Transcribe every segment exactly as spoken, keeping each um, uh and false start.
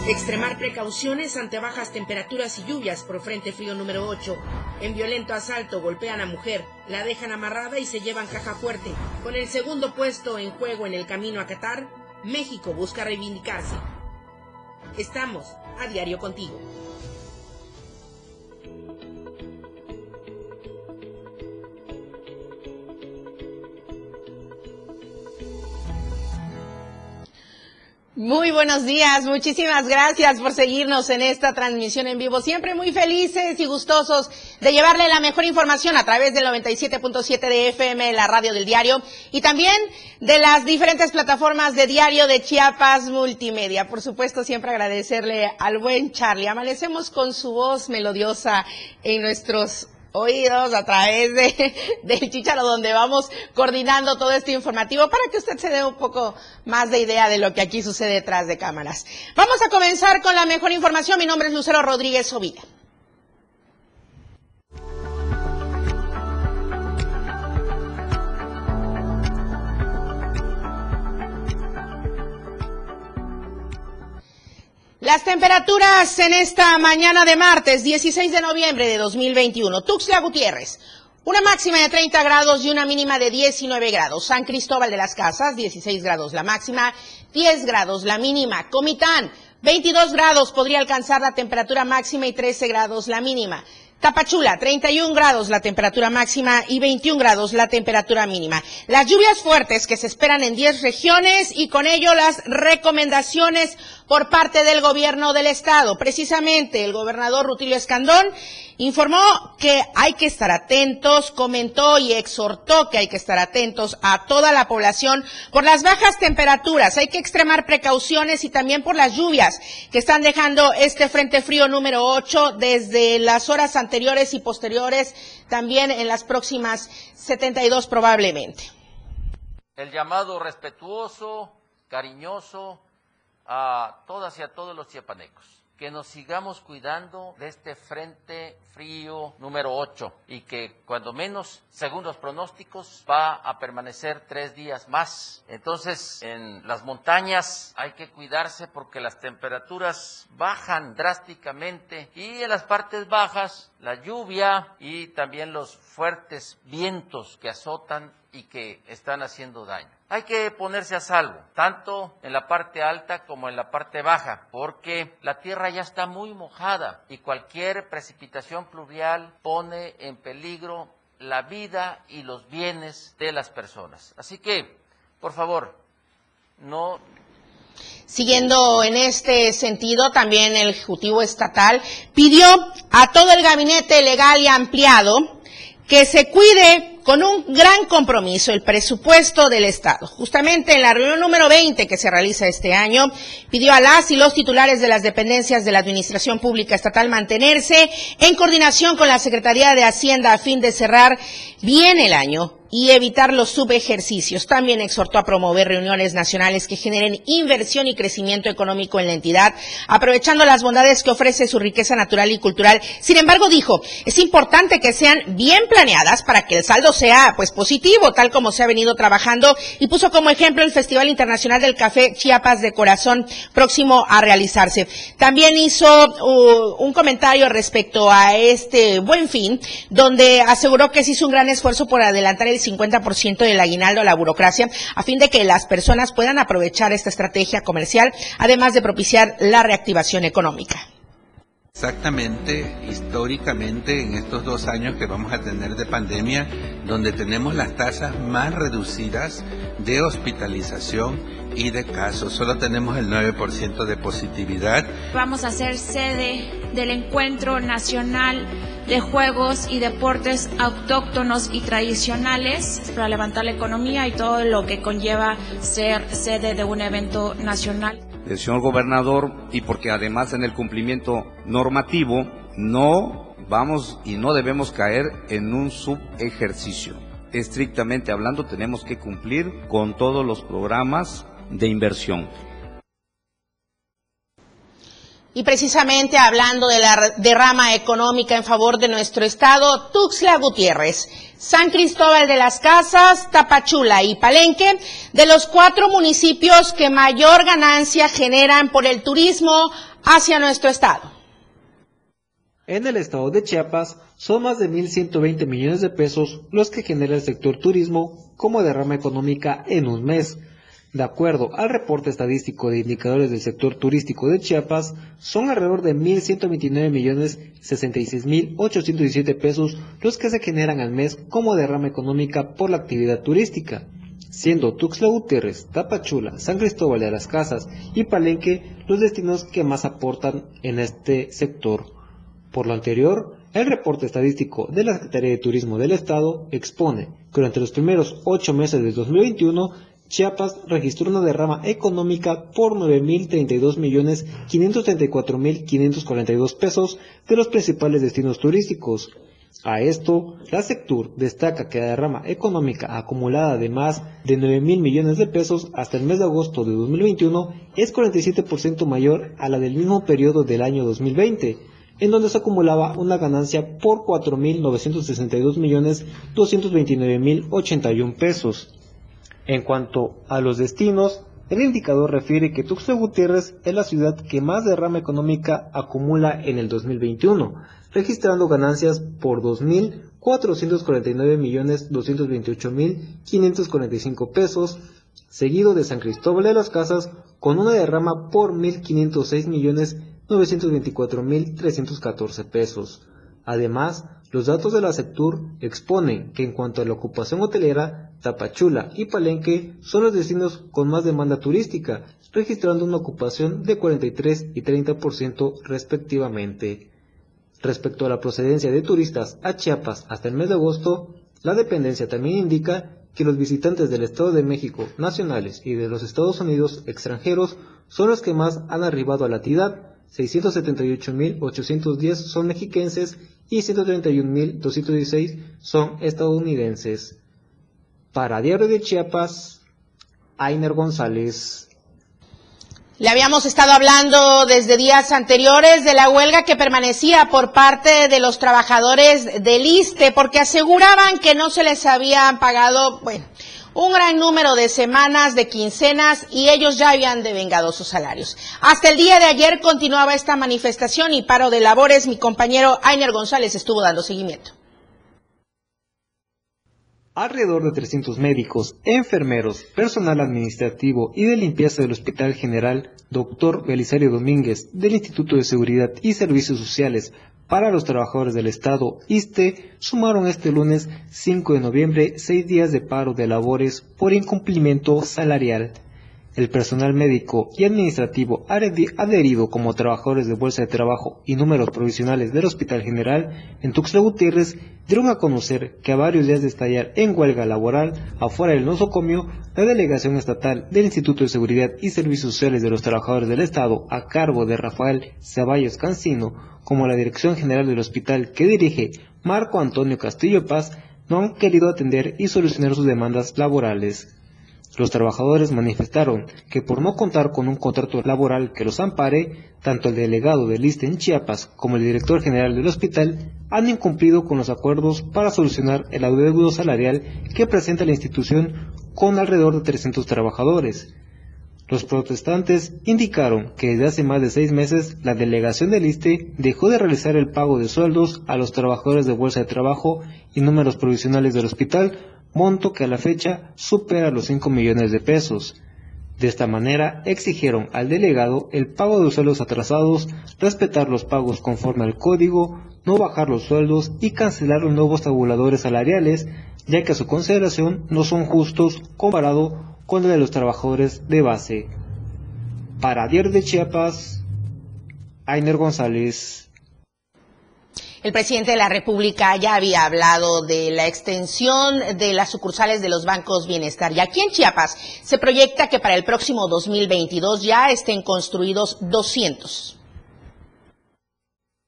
Extremar precauciones ante bajas temperaturas y lluvias por frente frío número ocho. En violento asalto golpean a mujer, la dejan amarrada y se llevan caja fuerte. Con el segundo puesto en juego en el camino a Qatar, México busca reivindicarse. Estamos a diario contigo. Muy buenos días, muchísimas gracias por seguirnos en esta transmisión en vivo. Siempre muy felices y gustosos de llevarle la mejor información a través del noventa y siete punto siete de F M, la radio del diario, y también de las diferentes plataformas de Diario de Chiapas Multimedia. Por supuesto, siempre agradecerle al buen Charlie. Amanecemos con su voz melodiosa en nuestros oídos a través de del Chícharo, donde vamos coordinando todo este informativo para que usted se dé un poco más de idea de lo que aquí sucede detrás de cámaras. Vamos a comenzar con la mejor información. Mi nombre es Lucero Rodríguez Ovilla. Las temperaturas en esta mañana de martes, dieciséis de noviembre de dos mil veintiuno. Tuxtla Gutiérrez, una máxima de treinta grados y una mínima de diecinueve grados. San Cristóbal de las Casas, dieciséis grados la máxima, diez grados la mínima. Comitán, veintidós grados podría alcanzar la temperatura máxima y trece grados la mínima. Tapachula, treinta y un grados la temperatura máxima y veintiún grados la temperatura mínima. Las lluvias fuertes que se esperan en diez regiones y con ello las recomendaciones por parte del gobierno del estado. Precisamente el gobernador Rutilio Escandón informó que hay que estar atentos, comentó y exhortó que hay que estar atentos a toda la población por las bajas temperaturas. Hay que extremar precauciones y también por las lluvias que están dejando este frente frío número ocho desde las horas anteriores y posteriores, también en las próximas setenta y dos probablemente. El llamado respetuoso, cariñoso a todas y a todos los chiapanecos, que nos sigamos cuidando de este frente frío número ocho y que cuando menos, según los pronósticos, va a permanecer tres días más. Entonces, en las montañas hay que cuidarse porque las temperaturas bajan drásticamente y en las partes bajas la lluvia y también los fuertes vientos que azotan y que están haciendo daño. Hay que ponerse a salvo, tanto en la parte alta como en la parte baja, porque la tierra ya está muy mojada y cualquier precipitación pluvial pone en peligro la vida y los bienes de las personas. Así que, por favor, no... Siguiendo en este sentido, también el Ejecutivo Estatal pidió a todo el gabinete legal y ampliado que se cuide con un gran compromiso el presupuesto del Estado. Justamente en la reunión número veinte que se realiza este año, pidió a las y los titulares de las dependencias de la Administración Pública Estatal mantenerse en coordinación con la Secretaría de Hacienda a fin de cerrar bien el año y evitar los subejercicios. También exhortó a promover reuniones nacionales que generen inversión y crecimiento económico en la entidad, aprovechando las bondades que ofrece su riqueza natural y cultural. Sin embargo, dijo, es importante que sean bien planeadas para que el saldo sea pues positivo, tal como se ha venido trabajando, y puso como ejemplo el Festival Internacional del Café Chiapas de Corazón, próximo a realizarse. También hizo uh, un comentario respecto a este Buen Fin, donde aseguró que se hizo un gran esfuerzo por adelantar el cincuenta por ciento del aguinaldo a la burocracia, a fin de que las personas puedan aprovechar esta estrategia comercial, además de propiciar la reactivación económica. Exactamente, históricamente, en estos dos años que vamos a tener de pandemia, donde tenemos las tasas más reducidas de hospitalización y de casos, solo tenemos el nueve por ciento de positividad. Vamos a ser sede del Encuentro Nacional de Juegos y Deportes Autóctonos y Tradicionales para levantar la economía y todo lo que conlleva ser sede de un evento nacional. Del señor gobernador, y porque además en el cumplimiento normativo no vamos y no debemos caer en un subejercicio. Estrictamente hablando, tenemos que cumplir con todos los programas de inversión. Y precisamente hablando de la derrama económica en favor de nuestro estado, Tuxtla Gutiérrez, San Cristóbal de las Casas, Tapachula y Palenque, de los cuatro municipios que mayor ganancia generan por el turismo hacia nuestro estado. En el estado de Chiapas son más de mil ciento veinte millones de pesos los que genera el sector turismo como derrama económica en un mes. De acuerdo al reporte estadístico de indicadores del sector turístico de Chiapas, son alrededor de mil ciento veintinueve millones sesenta y seis mil ochocientos diecisiete pesos los que se generan al mes como derrama económica por la actividad turística, siendo Tuxtla Gutiérrez, Tapachula, San Cristóbal de las Casas y Palenque los destinos que más aportan en este sector. Por lo anterior, el reporte estadístico de la Secretaría de Turismo del Estado expone que durante los primeros ocho meses de dos mil veintiuno, Chiapas registró una derrama económica por nueve mil treinta y dos millones quinientos treinta y cuatro mil quinientos cuarenta y dos pesos de los principales destinos turísticos. A esto, la Sectur destaca que la derrama económica acumulada de más de nueve mil millones de pesos hasta el mes de agosto de dos mil veintiuno es cuarenta y siete por ciento mayor a la del mismo periodo del año dos mil veinte, en donde se acumulaba una ganancia por cuatro mil novecientos sesenta y dos millones doscientos veintinueve mil ochenta y uno pesos. En cuanto a los destinos, el indicador refiere que Tuxtla Gutiérrez es la ciudad que más derrama económica acumula en el dos mil veintiuno, registrando ganancias por dos mil cuatrocientos cuarenta y nueve millones doscientos veintiocho mil quinientos cuarenta y cinco pesos, seguido de San Cristóbal de las Casas con una derrama por mil quinientos seis millones novecientos veinticuatro mil trescientos catorce pesos. Además, los datos de la Sectur exponen que en cuanto a la ocupación hotelera, Tapachula y Palenque son los destinos con más demanda turística, registrando una ocupación de cuarenta y tres y treinta por ciento respectivamente. Respecto a la procedencia de turistas a Chiapas hasta el mes de agosto, la dependencia también indica que los visitantes del Estado de México nacionales y de los Estados Unidos extranjeros son los que más han arribado a la entidad. seiscientos setenta y ocho mil ochocientos diez son mexiquenses y ciento treinta y un mil doscientos dieciséis son estadounidenses. Para Diario de Chiapas, Ainer González. Le habíamos estado hablando desde días anteriores de la huelga que permanecía por parte de los trabajadores del ISSSTE porque aseguraban que no se les habían pagado, bueno, un gran número de semanas, de quincenas, y ellos ya habían devengado sus salarios. Hasta el día de ayer continuaba esta manifestación y paro de labores. Mi compañero Ainer González estuvo dando seguimiento. Alrededor de trescientos médicos, enfermeros, personal administrativo y de limpieza del Hospital General Doctor Belisario Domínguez del Instituto de Seguridad y Servicios Sociales para los Trabajadores del Estado, ISSSTE, sumaron este lunes cinco de noviembre seis días de paro de labores por incumplimiento salarial. El personal médico y administrativo adherido como trabajadores de bolsa de trabajo y números provisionales del Hospital General en Tuxtla Gutiérrez dieron a conocer que a varios días de estallar en huelga laboral afuera del nosocomio, la delegación estatal del Instituto de Seguridad y Servicios Sociales de los Trabajadores del Estado, a cargo de Rafael Ceballos Cancino, como la Dirección General del Hospital que dirige Marco Antonio Castillo Paz, no han querido atender y solucionar sus demandas laborales. Los trabajadores manifestaron que por no contar con un contrato laboral que los ampare, tanto el delegado del ISSSTE en Chiapas como el director general del hospital han incumplido con los acuerdos para solucionar el adeudo salarial que presenta la institución con alrededor de trescientos trabajadores. Los protestantes indicaron que desde hace más de seis meses la delegación del ISSSTE dejó de realizar el pago de sueldos a los trabajadores de bolsa de trabajo y números provisionales del hospital, monto que a la fecha supera los cinco millones de pesos. De esta manera exigieron al delegado el pago de sueldos atrasados, respetar los pagos conforme al código, no bajar los sueldos y cancelar los nuevos tabuladores salariales, ya que a su consideración no son justos comparado con el de los trabajadores de base. Para Diario de Chiapas, Ainer González. El presidente de la República ya había hablado de la extensión de las sucursales de los bancos Bienestar. Y aquí en Chiapas se proyecta que para el próximo dos mil veintidós ya estén construidos doscientos.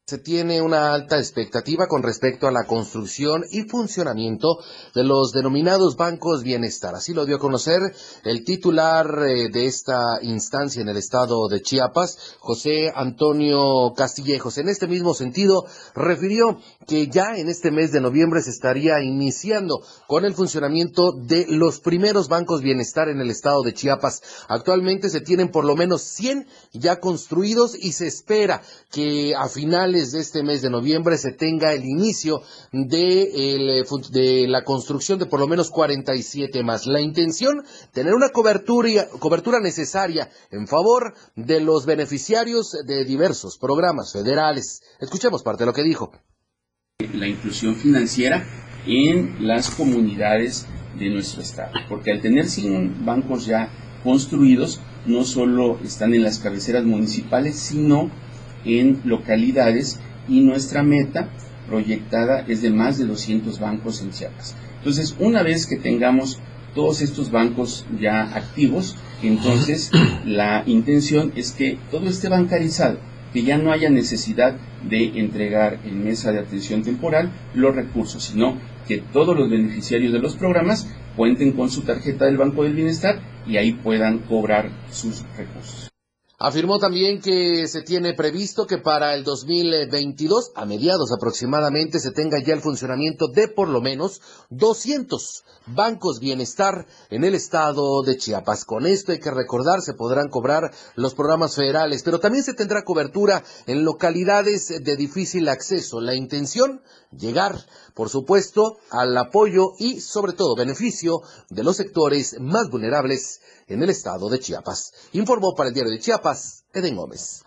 Se tiene una alta expectativa con respecto a la construcción y funcionamiento de los denominados bancos bienestar. Así lo dio a conocer el titular eh, de esta instancia en el estado de Chiapas, José Antonio Castillejos. En este mismo sentido, refirió que ya en este mes de noviembre se estaría iniciando con el funcionamiento de los primeros bancos bienestar en el estado de Chiapas. Actualmente se tienen por lo menos cien ya construidos y se espera que a finales de este mes de noviembre se tenga el inicio de, el, de la construcción de por lo menos cuarenta y siete más. La intención, tener una cobertura, cobertura necesaria en favor de los beneficiarios de diversos programas federales. Escuchemos parte de lo que dijo. La inclusión financiera en las comunidades de nuestro estado, porque al tener cien bancos ya construidos, no solo están en las cabeceras municipales, sino en localidades, y nuestra meta proyectada es de más de doscientos bancos en Chiapas. Entonces, una vez que tengamos todos estos bancos ya activos, entonces la intención es que todo esté bancarizado, que ya no haya necesidad de entregar en mesa de atención temporal los recursos, sino que todos los beneficiarios de los programas cuenten con su tarjeta del Banco del Bienestar y ahí puedan cobrar sus recursos. Afirmó también que se tiene previsto que para el dos mil veintidós, a mediados aproximadamente, se tenga ya el funcionamiento de por lo menos doscientos bancos bienestar en el estado de Chiapas. Con esto hay que recordar, se podrán cobrar los programas federales, pero también se tendrá cobertura en localidades de difícil acceso. La intención, llegar, por supuesto, al apoyo y, sobre todo, beneficio de los sectores más vulnerables en el estado de Chiapas. Informó para el Diario de Chiapas, Eden Gómez.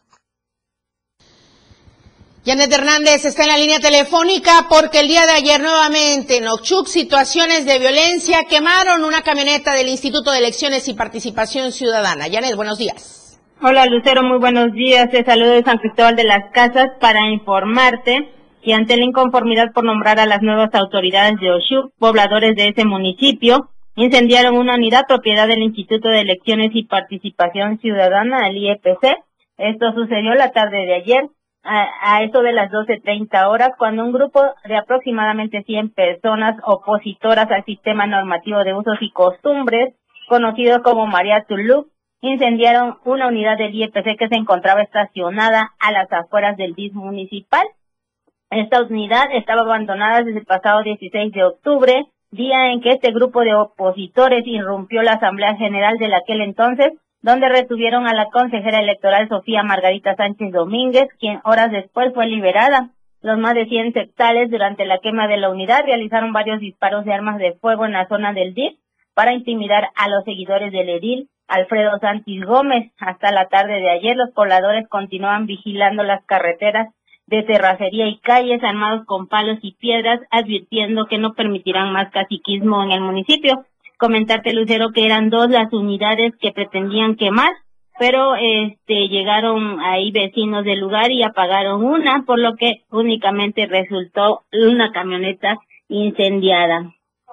Janet Hernández está en la línea telefónica porque el día de ayer nuevamente en Ochuc situaciones de violencia quemaron una camioneta del Instituto de Elecciones y Participación Ciudadana. Janet, buenos días. Hola Lucero, muy buenos días. Te saludo de San Cristóbal de las Casas para informarte que ante la inconformidad por nombrar a las nuevas autoridades de Ochuc, pobladores de ese municipio, incendiaron una unidad propiedad del Instituto de Elecciones y Participación Ciudadana, el I E P C. Esto sucedió la tarde de ayer, a, a eso de las doce treinta horas, cuando un grupo de aproximadamente cien personas opositoras al sistema normativo de usos y costumbres, conocido como María Tulú, incendiaron una unidad del I E P C que se encontraba estacionada a las afueras del D I F municipal. Esta unidad estaba abandonada desde el pasado dieciséis de octubre, día en que este grupo de opositores irrumpió la Asamblea General de aquel entonces, donde retuvieron a la consejera electoral Sofía Margarita Sánchez Domínguez, quien horas después fue liberada. Los más de cien sectales durante la quema de la unidad realizaron varios disparos de armas de fuego en la zona del D I F para intimidar a los seguidores del edil Alfredo Santis Gómez. Hasta la tarde de ayer los pobladores continuaban vigilando las carreteras de terracería y calles armados con palos y piedras, advirtiendo que no permitirán más caciquismo en el municipio. Comentarte, Lucero, que eran dos las unidades que pretendían quemar, pero este llegaron ahí vecinos del lugar y apagaron una, por lo que únicamente resultó una camioneta incendiada.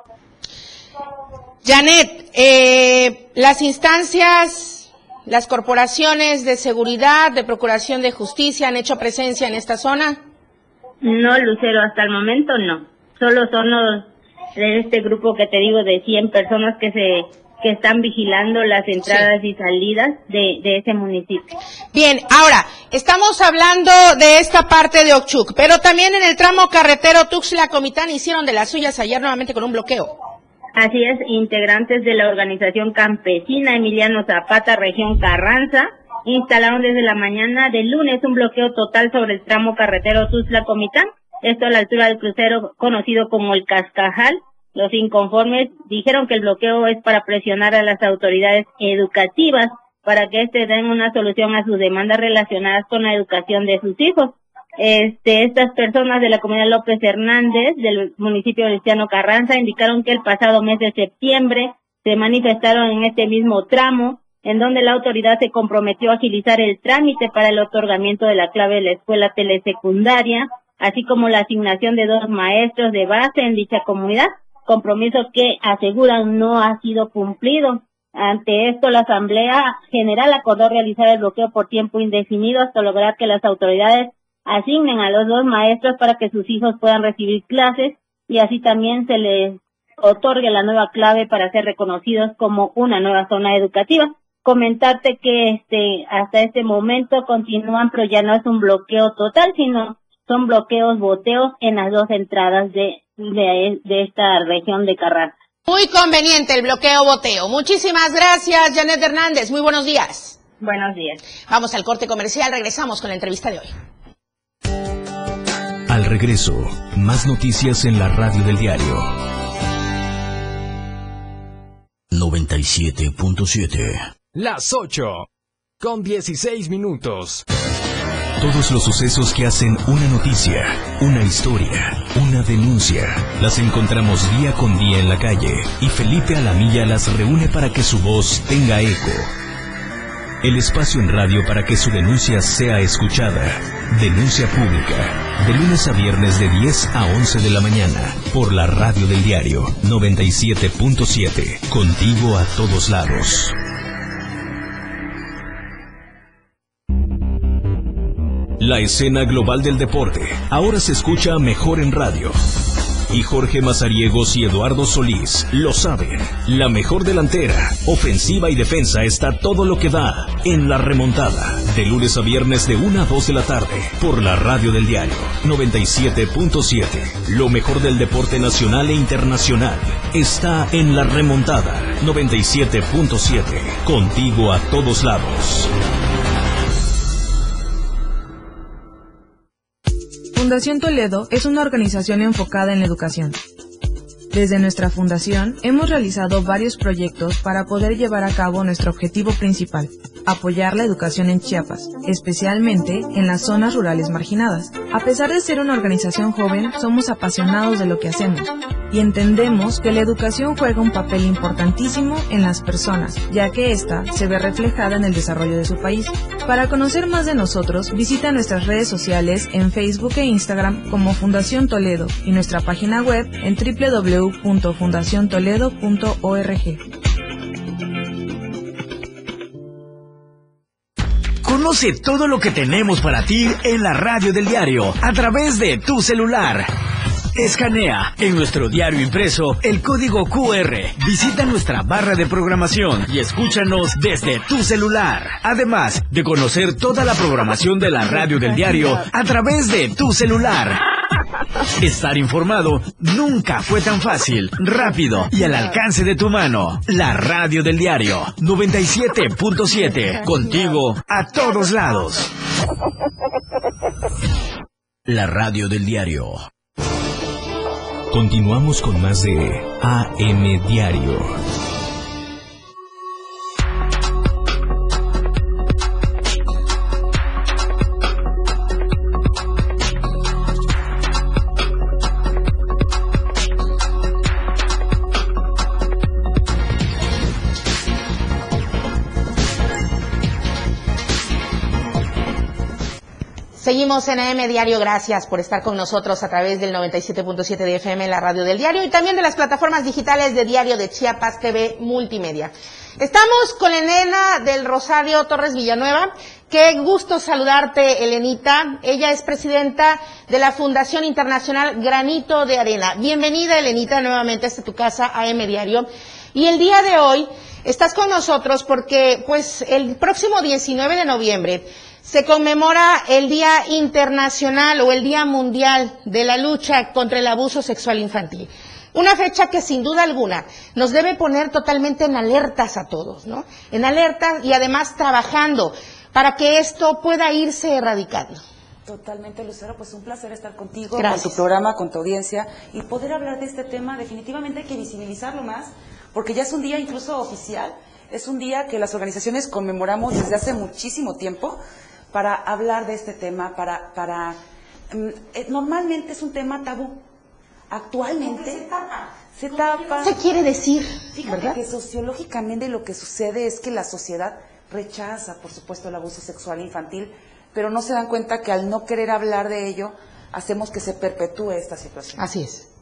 Janet, eh, las instancias, las corporaciones de seguridad, de procuración de justicia, ¿han hecho presencia en esta zona? No, Lucero, hasta el momento no. Solo son los de este grupo que te digo de cien personas que se que están vigilando las entradas sí. y salidas de, de ese municipio. Bien, ahora, estamos hablando de esta parte de Ochuc, pero también en el tramo carretero Tuxtla-Comitán hicieron de las suyas ayer nuevamente con un bloqueo. Así es, integrantes de la organización campesina Emiliano Zapata, región Carranza, instalaron desde la mañana del lunes un bloqueo total sobre el tramo carretero Tuxtla-Comitán, esto a la altura del crucero conocido como el Cascajal. Los inconformes dijeron que el bloqueo es para presionar a las autoridades educativas para que éste den una solución a sus demandas relacionadas con la educación de sus hijos. Este, estas personas de la comunidad López Hernández del municipio de Luciano Carranza indicaron que el pasado mes de septiembre se manifestaron en este mismo tramo, en donde la autoridad se comprometió a agilizar el trámite para el otorgamiento de la clave de la escuela telesecundaria, así como la asignación de dos maestros de base en dicha comunidad, compromiso que aseguran no ha sido cumplido. Ante esto, la Asamblea General acordó realizar el bloqueo por tiempo indefinido hasta lograr que las autoridades asignen a los dos maestros para que sus hijos puedan recibir clases y así también se les otorgue la nueva clave para ser reconocidos como una nueva zona educativa. Comentarte que este hasta este momento continúan, pero ya no es un bloqueo total, sino son bloqueos, boteos en las dos entradas de, de, de esta región de Carranza. Muy conveniente el bloqueo, boteo. Muchísimas gracias, Janet Hernández. Muy buenos días. Buenos días. Vamos al corte comercial, regresamos con la entrevista de hoy. Al regreso, más noticias en la radio del diario. noventa y siete punto siete. Las ocho, con dieciséis minutos. Todos los sucesos que hacen una noticia, una historia, una denuncia, las encontramos día con día en la calle y Felipe Alamilla las reúne para que su voz tenga eco. El espacio en radio para que su denuncia sea escuchada. Denuncia pública, de lunes a viernes de diez a once de la mañana, por la radio del diario noventa y siete punto siete, contigo a todos lados. La escena global del deporte ahora se escucha mejor en radio. Y Jorge Mazariegos y Eduardo Solís lo saben. La mejor delantera, ofensiva y defensa está todo lo que da en La Remontada. De lunes a viernes de una a dos de la tarde, por la radio del diario noventa y siete punto siete. Lo mejor del deporte nacional e internacional está en La Remontada noventa y siete punto siete. Contigo a todos lados. Fundación Toledo es una organización enfocada en la educación. Desde nuestra fundación hemos realizado varios proyectos para poder llevar a cabo nuestro objetivo principal, apoyar la educación en Chiapas, especialmente en las zonas rurales marginadas. A pesar de ser una organización joven, somos apasionados de lo que hacemos y entendemos que la educación juega un papel importantísimo en las personas, ya que ésta se ve reflejada en el desarrollo de su país. Para conocer más de nosotros, visita nuestras redes sociales en Facebook e Instagram como Fundación Toledo y nuestra página web en doble u doble u doble u punto fundación toledo punto org. Conoce todo lo que tenemos para ti en la radio del diario a través de tu celular. Escanea en nuestro diario impreso el código Q R. Visita nuestra barra de programación y escúchanos desde tu celular. Además de conocer toda la programación de la radio del diario a través de tu celular. Estar informado nunca fue tan fácil, rápido y al alcance de tu mano. La radio del diario noventa y siete punto siete. Contigo a todos lados. La radio del diario. Continuamos con más de A M Diario. Seguimos en A M Diario, gracias por estar con nosotros a través del noventa y siete punto siete de F M en la radio del diario y también de las plataformas digitales de Diario de Chiapas, T V Multimedia. Estamos con Elena del Rosario Torres Villanueva. Qué gusto saludarte, Elenita. Ella es presidenta de la Fundación Internacional Granito de Arena. Bienvenida, Elenita, nuevamente hasta tu casa, A M Diario. Y el día de hoy estás con nosotros porque, pues, el próximo diecinueve de noviembre se conmemora el Día Internacional o el Día Mundial de la Lucha contra el Abuso Sexual Infantil. Una fecha que sin duda alguna nos debe poner totalmente en alertas a todos, ¿no? En alertas y además trabajando para que esto pueda irse erradicando. Totalmente, Lucero, pues un placer estar contigo, Gracias. con tu programa, con tu audiencia y poder hablar de este tema. Definitivamente hay que visibilizarlo más porque ya es un día incluso oficial, es un día que las organizaciones conmemoramos desde hace muchísimo tiempo para hablar de este tema, para, para eh, normalmente es un tema tabú. Actualmente se tapa. Se tapa. ¿Qué quiere decir? Fíjate ¿verdad? que sociológicamente lo que sucede es que la sociedad rechaza, por supuesto, el abuso sexual infantil, pero no se dan cuenta que al no querer hablar de ello, hacemos que se perpetúe esta situación. Así es.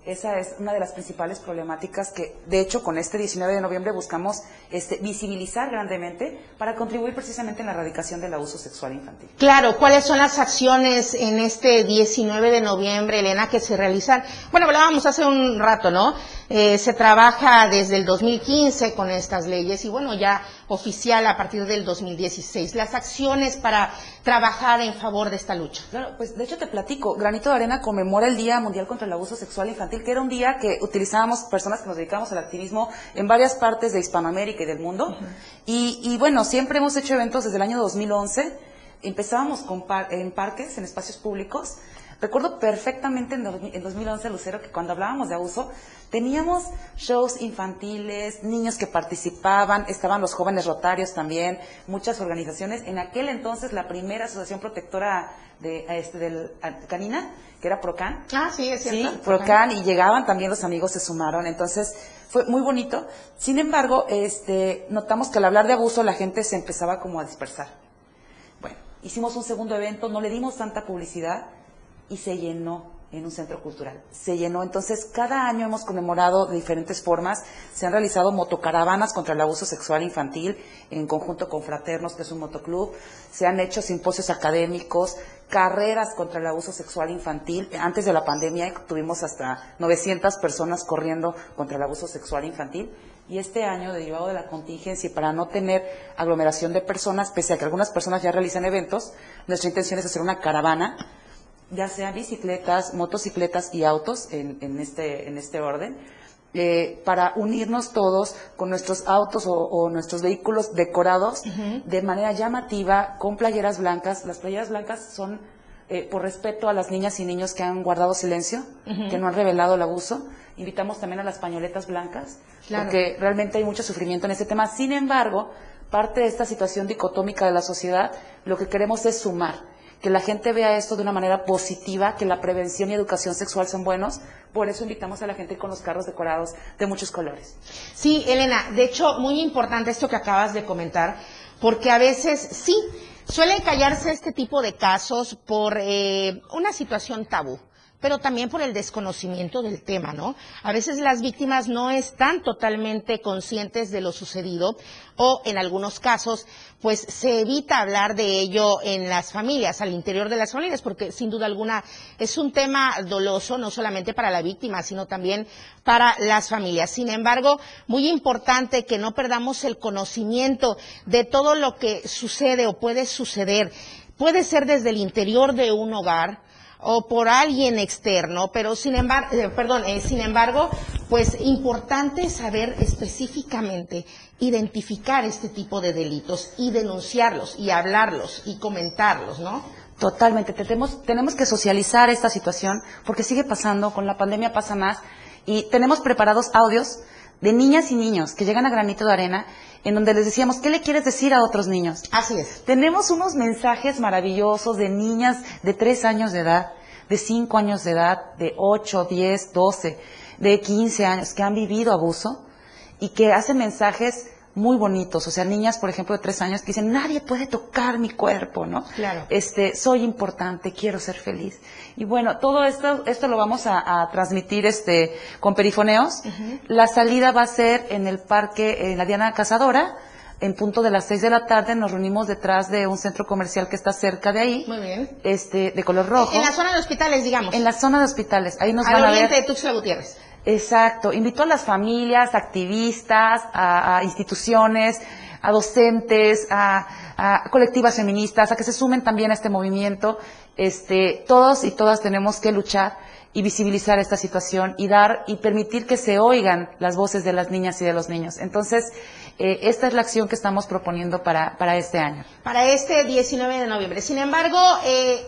Esa es una de las principales problemáticas que, de hecho, con este diecinueve de noviembre buscamos este, visibilizar grandemente para contribuir precisamente en la erradicación del abuso sexual infantil. Claro, ¿cuáles son las acciones en este diecinueve de noviembre, Elena, que se realizan? Bueno, hablábamos hace un rato, ¿no? Eh, se trabaja desde el dos mil quince con estas leyes y bueno, ya oficial a partir del dos mil dieciséis. Las acciones para trabajar en favor de esta lucha. Claro, pues de hecho te platico, Granito de Arena conmemora el Día Mundial contra el Abuso Sexual Infantil, que era un día que utilizábamos personas que nos dedicamos al activismo en varias partes de Hispanoamérica y del mundo. Uh-huh. y, y bueno, siempre hemos hecho eventos desde el año dos mil once, empezábamos con par en parques, en espacios públicos. Recuerdo perfectamente en, do en dos mil once, Lucero, que cuando hablábamos de abuso, teníamos shows infantiles, niños que participaban, estaban los jóvenes rotarios también, muchas organizaciones. En aquel entonces, la primera asociación protectora de, este, del, canina, que era Procan. Ah, sí, es cierto. Sí, Procan, y llegaban también los amigos, se sumaron. Entonces, fue muy bonito. Sin embargo, este, notamos que al hablar de abuso, la gente se empezaba como a dispersar. Bueno, hicimos un segundo evento, no le dimos tanta publicidad, y se llenó en un centro cultural, se llenó. Entonces, cada año hemos conmemorado de diferentes formas, se han realizado motocaravanas contra el abuso sexual infantil, en conjunto con Fraternos, que es un motoclub, se han hecho simposios académicos, carreras contra el abuso sexual infantil. Antes de la pandemia tuvimos hasta novecientas personas corriendo contra el abuso sexual infantil, y este año, derivado de la contingencia y para no tener aglomeración de personas, pese a que algunas personas ya realizan eventos, nuestra intención es hacer una caravana, ya sea bicicletas, motocicletas y autos en, en, este, en este orden, eh, para unirnos todos con nuestros autos o, o nuestros vehículos decorados uh-huh. de manera llamativa, con playeras blancas. Las playeras blancas son eh, por respeto a las niñas y niños que han guardado silencio, uh-huh. que no han revelado el abuso. Invitamos también a las pañoletas blancas, claro. porque realmente hay mucho sufrimiento en este tema. Sin embargo, parte de esta situación dicotómica de la sociedad, lo que queremos es sumar, que la gente vea esto de una manera positiva, que la prevención y educación sexual son buenos. Por eso invitamos a la gente con los carros decorados de muchos colores. Sí, Elena, de hecho, muy importante esto que acabas de comentar, porque a veces sí, suelen callarse este tipo de casos por eh, una situación tabú, pero también por el desconocimiento del tema, ¿no? A veces las víctimas no están totalmente conscientes de lo sucedido o en algunos casos, pues se evita hablar de ello en las familias, al interior de las familias, porque sin duda alguna es un tema doloso, no solamente para la víctima, sino también para las familias. Sin embargo, muy importante que no perdamos el conocimiento de todo lo que sucede o puede suceder. Puede ser desde el interior de un hogar, o por alguien externo, pero sin embargo, eh, perdón, eh, sin embargo, pues importante saber específicamente identificar este tipo de delitos y denunciarlos y hablarlos y comentarlos, ¿no? Totalmente, tenemos, tenemos que socializar esta situación porque sigue pasando, con la pandemia pasa más, y tenemos preparados audios de niñas y niños que llegan a Granito de Arena, en donde les decíamos, ¿qué le quieres decir a otros niños? Así es. Tenemos unos mensajes maravillosos de niñas de tres años de edad, de cinco años de edad, de ocho, diez, doce, de quince años, que han vivido abuso y que hacen mensajes muy bonitos. O sea, niñas, por ejemplo, de tres años que dicen, nadie puede tocar mi cuerpo, ¿no? Claro. Este, soy importante, quiero ser feliz. Y bueno, todo esto, esto lo vamos a, a transmitir este, con perifoneos. Uh-huh. La salida va a ser en el parque, en la Diana Cazadora, en punto de las seis de la tarde. Nos reunimos detrás de un centro comercial que está cerca de ahí. Muy bien. Este, de color rojo. En la zona de hospitales, digamos. En la zona de hospitales. Ahí nos Al van a ver. oriente de Tuxtla Gutiérrez. Exacto. Invito a las familias, activistas, a, a instituciones, a docentes, a, a colectivas feministas, a que se sumen también a este movimiento. Este, todos y todas tenemos que luchar y visibilizar esta situación y dar y permitir que se oigan las voces de las niñas y de los niños. Entonces, eh, esta es la acción que estamos proponiendo para, para este año. Para este diecinueve de noviembre. Sin embargo, eh,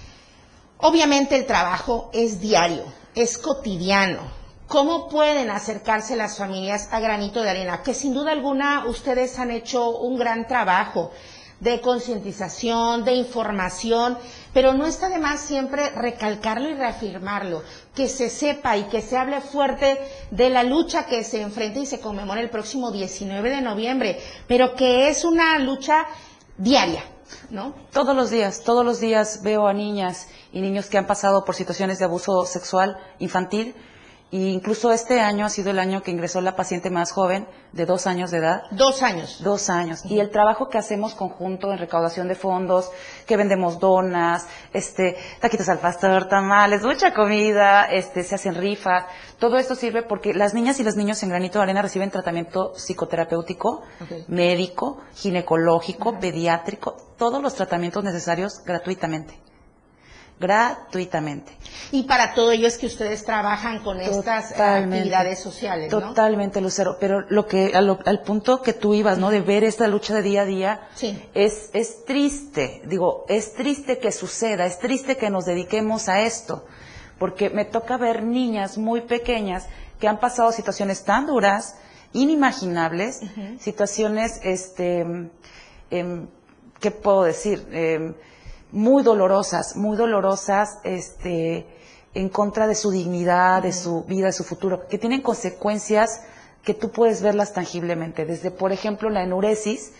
obviamente el trabajo es diario, es cotidiano. ¿Cómo pueden acercarse las familias a Granito de Arena? Que sin duda alguna ustedes han hecho un gran trabajo de concientización, de información, pero no está de más siempre recalcarlo y reafirmarlo, que se sepa y que se hable fuerte de la lucha que se enfrenta y se conmemora el próximo diecinueve de noviembre, pero que es una lucha diaria, ¿no? Todos los días, todos los días veo a niñas y niños que han pasado por situaciones de abuso sexual infantil Y incluso este año ha sido el año que ingresó la paciente más joven, de dos años de edad. Dos años. Dos años. Uh-huh. Y el trabajo que hacemos conjunto en recaudación de fondos, que vendemos donas, este, taquitos al pastor, tamales, mucha comida, este, se hacen rifas. Todo esto sirve porque las niñas y los niños en Granito de Arena reciben tratamiento psicoterapéutico, okay. médico, ginecológico, uh-huh. pediátrico, todos los tratamientos necesarios gratuitamente. Gratuitamente. Y para todo ello es que ustedes trabajan con estas totalmente, actividades sociales, ¿no? Totalmente, Lucero, pero lo que al, al punto que tú ibas, ¿no? De ver esta lucha de día a día, sí. es, es triste, digo, es triste que suceda, es triste que nos dediquemos a esto, porque me toca ver niñas muy pequeñas que han pasado situaciones tan duras, inimaginables, uh-huh. situaciones, este, eh, ¿qué puedo decir? Eh, muy dolorosas, muy dolorosas, este, en contra de su dignidad, de su vida, de su futuro, que tienen consecuencias que tú puedes verlas tangiblemente, desde, por ejemplo, la enuresis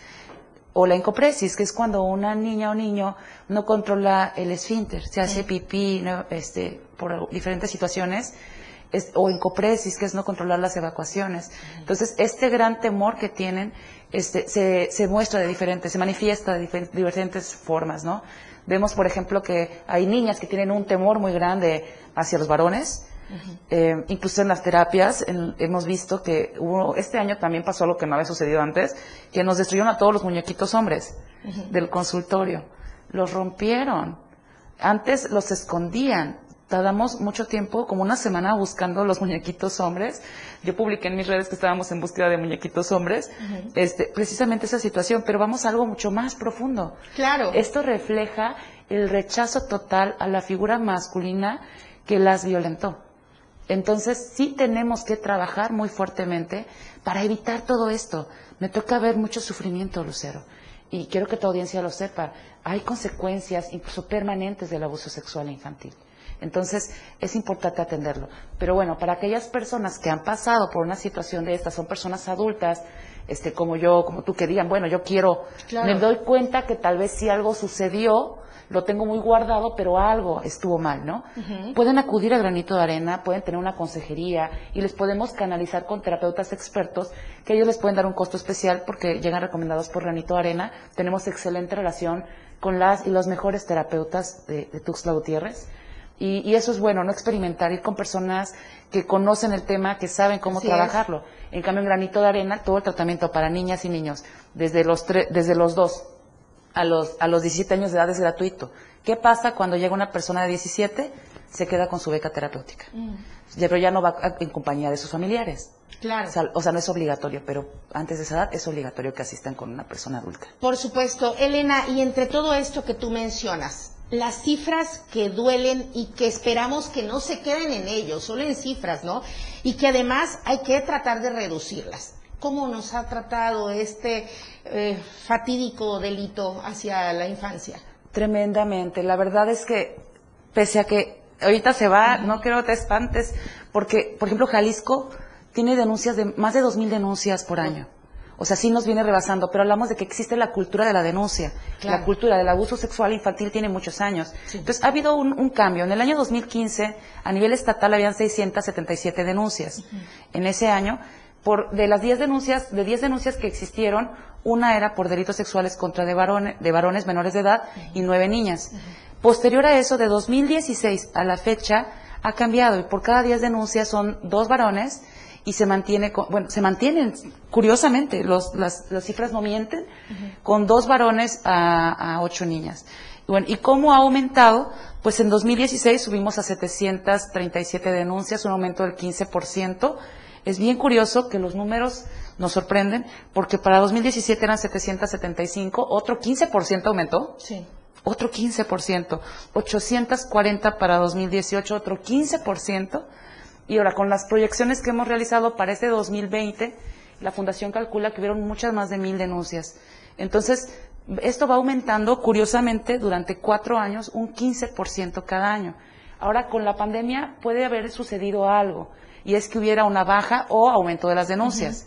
o la encopresis, que es cuando una niña o niño no controla el esfínter, se hace pipí, ¿no? este, por diferentes situaciones, es, o encopresis, que es no controlar las evacuaciones. Entonces, este gran temor que tienen, este, se, se muestra de diferentes, se manifiesta de difer- diferentes formas, ¿no? Vemos, por ejemplo, que hay niñas que tienen un temor muy grande hacia los varones. Uh-huh. Eh, incluso en las terapias en, hemos visto que hubo, este año también pasó algo que no había sucedido antes, que nos destruyeron a todos los muñequitos hombres uh-huh. del consultorio. Los rompieron. Antes los escondían. Tardamos mucho tiempo, como una semana, buscando los muñequitos hombres. Yo publiqué en mis redes que estábamos en búsqueda de muñequitos hombres, uh-huh. este, precisamente esa situación, pero vamos a algo mucho más profundo. Claro. Esto refleja el rechazo total a la figura masculina que las violentó. Entonces, sí tenemos que trabajar muy fuertemente para evitar todo esto. Me toca ver mucho sufrimiento, Lucero, y quiero que tu audiencia lo sepa. Hay consecuencias, incluso permanentes, del abuso sexual infantil. Entonces, es importante atenderlo. Pero bueno, para aquellas personas que han pasado por una situación de estas, son personas adultas, este, como yo, como tú, que digan, bueno, yo quiero, claro. me doy cuenta que tal vez si algo sucedió, lo tengo muy guardado, pero algo estuvo mal, ¿no? Uh-huh. Pueden acudir a Granito de Arena, pueden tener una consejería y les podemos canalizar con terapeutas expertos, que ellos les pueden dar un costo especial porque llegan recomendados por Granito de Arena. Tenemos excelente relación con las y los mejores terapeutas de, de Tuxtla Gutiérrez. Y, y eso es bueno, no experimentar, ir con personas que conocen el tema, que saben cómo Así trabajarlo. Es. En cambio, en Granito de Arena, todo el tratamiento para niñas y niños, desde los tre- desde los dos a los, a los diecisiete años de edad es gratuito. ¿Qué pasa cuando llega una persona de diecisiete? Se queda con su beca terapéutica. Mm. Pero ya no va en compañía de sus familiares. Claro. O sea, o sea, no es obligatorio, pero antes de esa edad es obligatorio que asistan con una persona adulta. Por supuesto. Elena, y entre todo esto que tú mencionas, las cifras que duelen y que esperamos que no se queden en ellos, solo en cifras, ¿no? Y que además hay que tratar de reducirlas. ¿Cómo nos ha tratado este eh, fatídico delito hacia la infancia? Tremendamente. La verdad es que, pese a que ahorita se va, uh-huh. no quiero que te espantes, porque, por ejemplo, Jalisco tiene denuncias de más de dos mil denuncias por año. O sea, sí nos viene rebasando, pero hablamos de que existe la cultura de la denuncia. Claro. La cultura del abuso sexual infantil tiene muchos años. Sí. Entonces, ha habido un, un cambio. En el año dos mil quince, a nivel estatal, habían seiscientas setenta y siete denuncias. Uh-huh. En ese año, por de las diez denuncias, de diez denuncias que existieron, una era por delitos sexuales contra de varones, de varones menores de edad uh-huh. y nueve niñas. Uh-huh. Posterior a eso, de dos mil dieciséis a la fecha, ha cambiado y por cada diez denuncias son dos varones y se mantiene, con, bueno, se mantienen, curiosamente, los, las, las cifras no mienten, uh-huh. con dos varones a, a ocho niñas. Y bueno, ¿y cómo ha aumentado? Pues en dos mil dieciséis subimos a setecientas treinta y siete denuncias, un aumento del quince por ciento. Es bien curioso que los números nos sorprenden, porque para dos mil diecisiete eran setecientas setenta y cinco, otro quince por ciento aumentó. Sí. Otro quince por ciento. ochocientas cuarenta para dos mil dieciocho, otro quince por ciento. Y ahora, con las proyecciones que hemos realizado para este dos mil veinte, la Fundación calcula que hubieron muchas más de mil denuncias. Entonces, esto va aumentando, curiosamente, durante cuatro años, un quince por ciento cada año. Ahora, con la pandemia puede haber sucedido algo, y es que hubiera una baja o aumento de las denuncias. Uh-huh.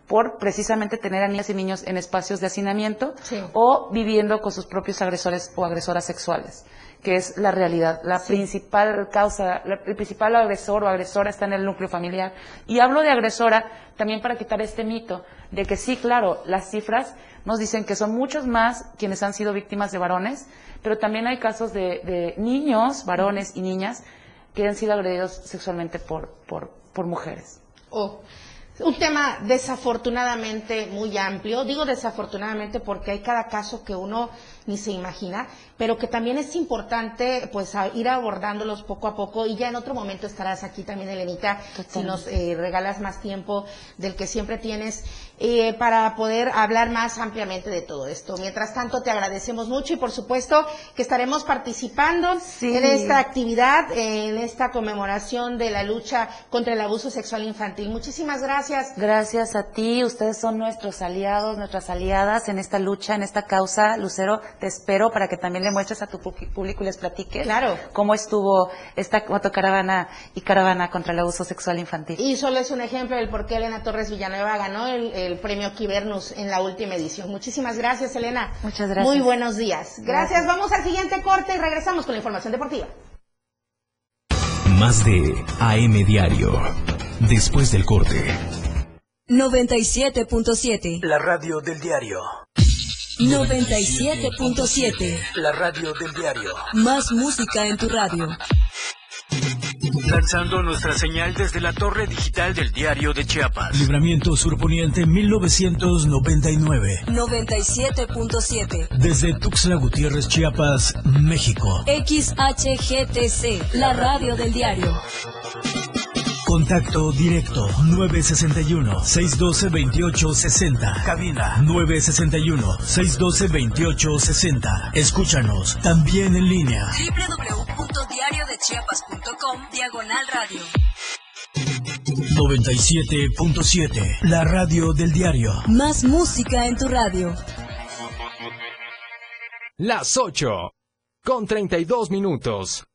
por precisamente tener a niñas y niños en espacios de hacinamiento Sí. o viviendo con sus propios agresores o agresoras sexuales, que es la realidad. La Sí. principal causa, la- el principal agresor o agresora está en el núcleo familiar. Y hablo de agresora también para quitar este mito de que sí, claro, las cifras nos dicen que son muchos más quienes han sido víctimas de varones, pero también hay casos de, de niños, varones y niñas que han sido agredidos sexualmente por, por, por mujeres. Oh, un tema desafortunadamente muy amplio. Digo desafortunadamente porque hay cada caso que uno ni se imagina, pero que también es importante pues a ir abordándolos poco a poco, y ya en otro momento estarás aquí también, Elenita, si nos eh, regalas más tiempo del que siempre tienes eh, para poder hablar más ampliamente de todo esto. Mientras tanto, te agradecemos mucho y por supuesto que estaremos participando Sí. en esta actividad, en esta conmemoración de la lucha contra el abuso sexual infantil. Muchísimas gracias. Gracias a ti, ustedes son nuestros aliados, nuestras aliadas en esta lucha, en esta causa. Lucero, te espero para que también le muestres a tu pu- público y les platiques Claro. cómo estuvo esta motocaravana y caravana contra el abuso sexual infantil. Y solo es un ejemplo del por qué Elena Torres Villanueva ganó el, el premio Quibernus en la última edición. Muchísimas gracias, Elena. Muchas gracias. Muy buenos días. Gracias. Gracias. Vamos al siguiente corte y regresamos con la información deportiva. Más de A M Diario. Después del corte. noventa y siete punto siete. La radio del diario. noventa y siete punto siete. La radio del diario. Más música en tu radio. Lanzando nuestra señal desde la torre digital del diario de Chiapas. Libramiento Surponiente mil novecientos noventa y nueve. noventa y siete punto siete. Desde Tuxtla Gutiérrez, Chiapas, México. X H G T C, la radio del diario. Contacto directo nueve sesenta y uno, seiscientos doce, veintiocho sesenta. Cabina nueve sesenta y uno, seiscientos doce, veintiocho sesenta. Escúchanos también en línea. doble u doble u doble u punto diario de chiapas punto com, diagonal radio. noventa y siete punto siete. La radio del diario. Más música en tu radio. Las ocho con treinta y dos minutos.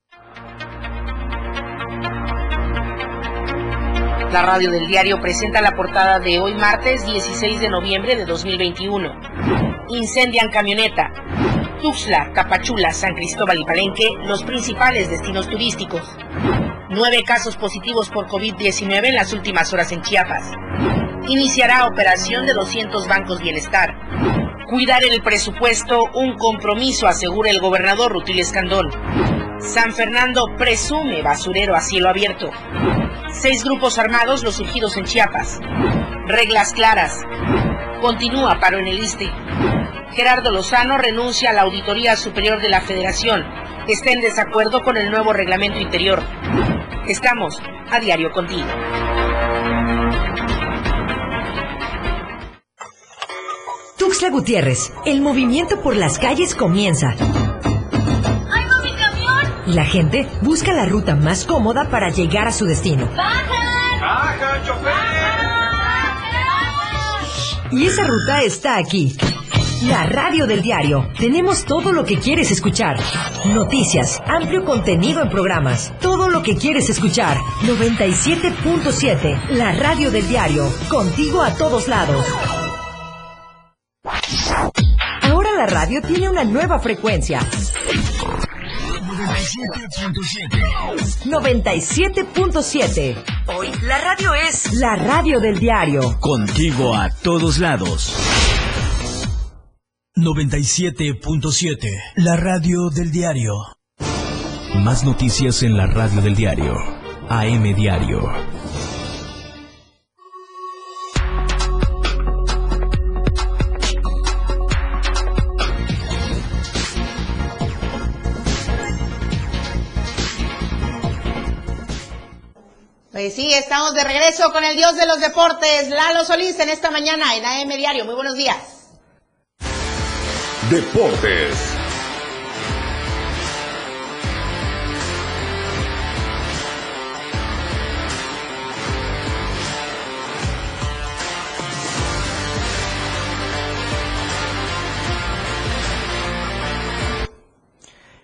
La radio del diario presenta la portada de hoy martes dieciséis de noviembre de dos mil veintiuno. Incendian camioneta. Tuxtla, Tapachula, San Cristóbal y Palenque, los principales destinos turísticos. Nueve casos positivos por COVID diecinueve en las últimas horas en Chiapas. Iniciará operación de doscientos bancos bienestar. Cuidar el presupuesto, un compromiso, asegura el gobernador Rutil Escandón. San Fernando presume basurero a cielo abierto. Seis grupos armados los surgidos en Chiapas. Reglas claras. Continúa paro en el ISSSTE. Gerardo Lozano renuncia a la Auditoría Superior de la Federación. Está en desacuerdo con el nuevo reglamento interior. Estamos a diario contigo. Tuxtla Gutiérrez, el movimiento por las calles comienza. ¡Ay, mami, camión! Y la gente busca la ruta más cómoda para llegar a su destino. ¡Bajan! ¡Baja, chofer! Y esa ruta está aquí. La radio del diario. Tenemos todo lo que quieres escuchar. Noticias, amplio contenido en programas. Todo lo que quieres escuchar. noventa y siete punto siete. La radio del diario. Contigo a todos lados. Ahora la radio tiene una nueva frecuencia. noventa y siete punto siete. Hoy la radio es la radio del diario. Contigo a todos lados. noventa y siete punto siete. La radio del diario. Más noticias en la radio del diario. A M Diario. Pues sí, estamos de regreso con el dios de los deportes, Lalo Solís, en esta mañana en A M Diario. Muy buenos días. Deportes.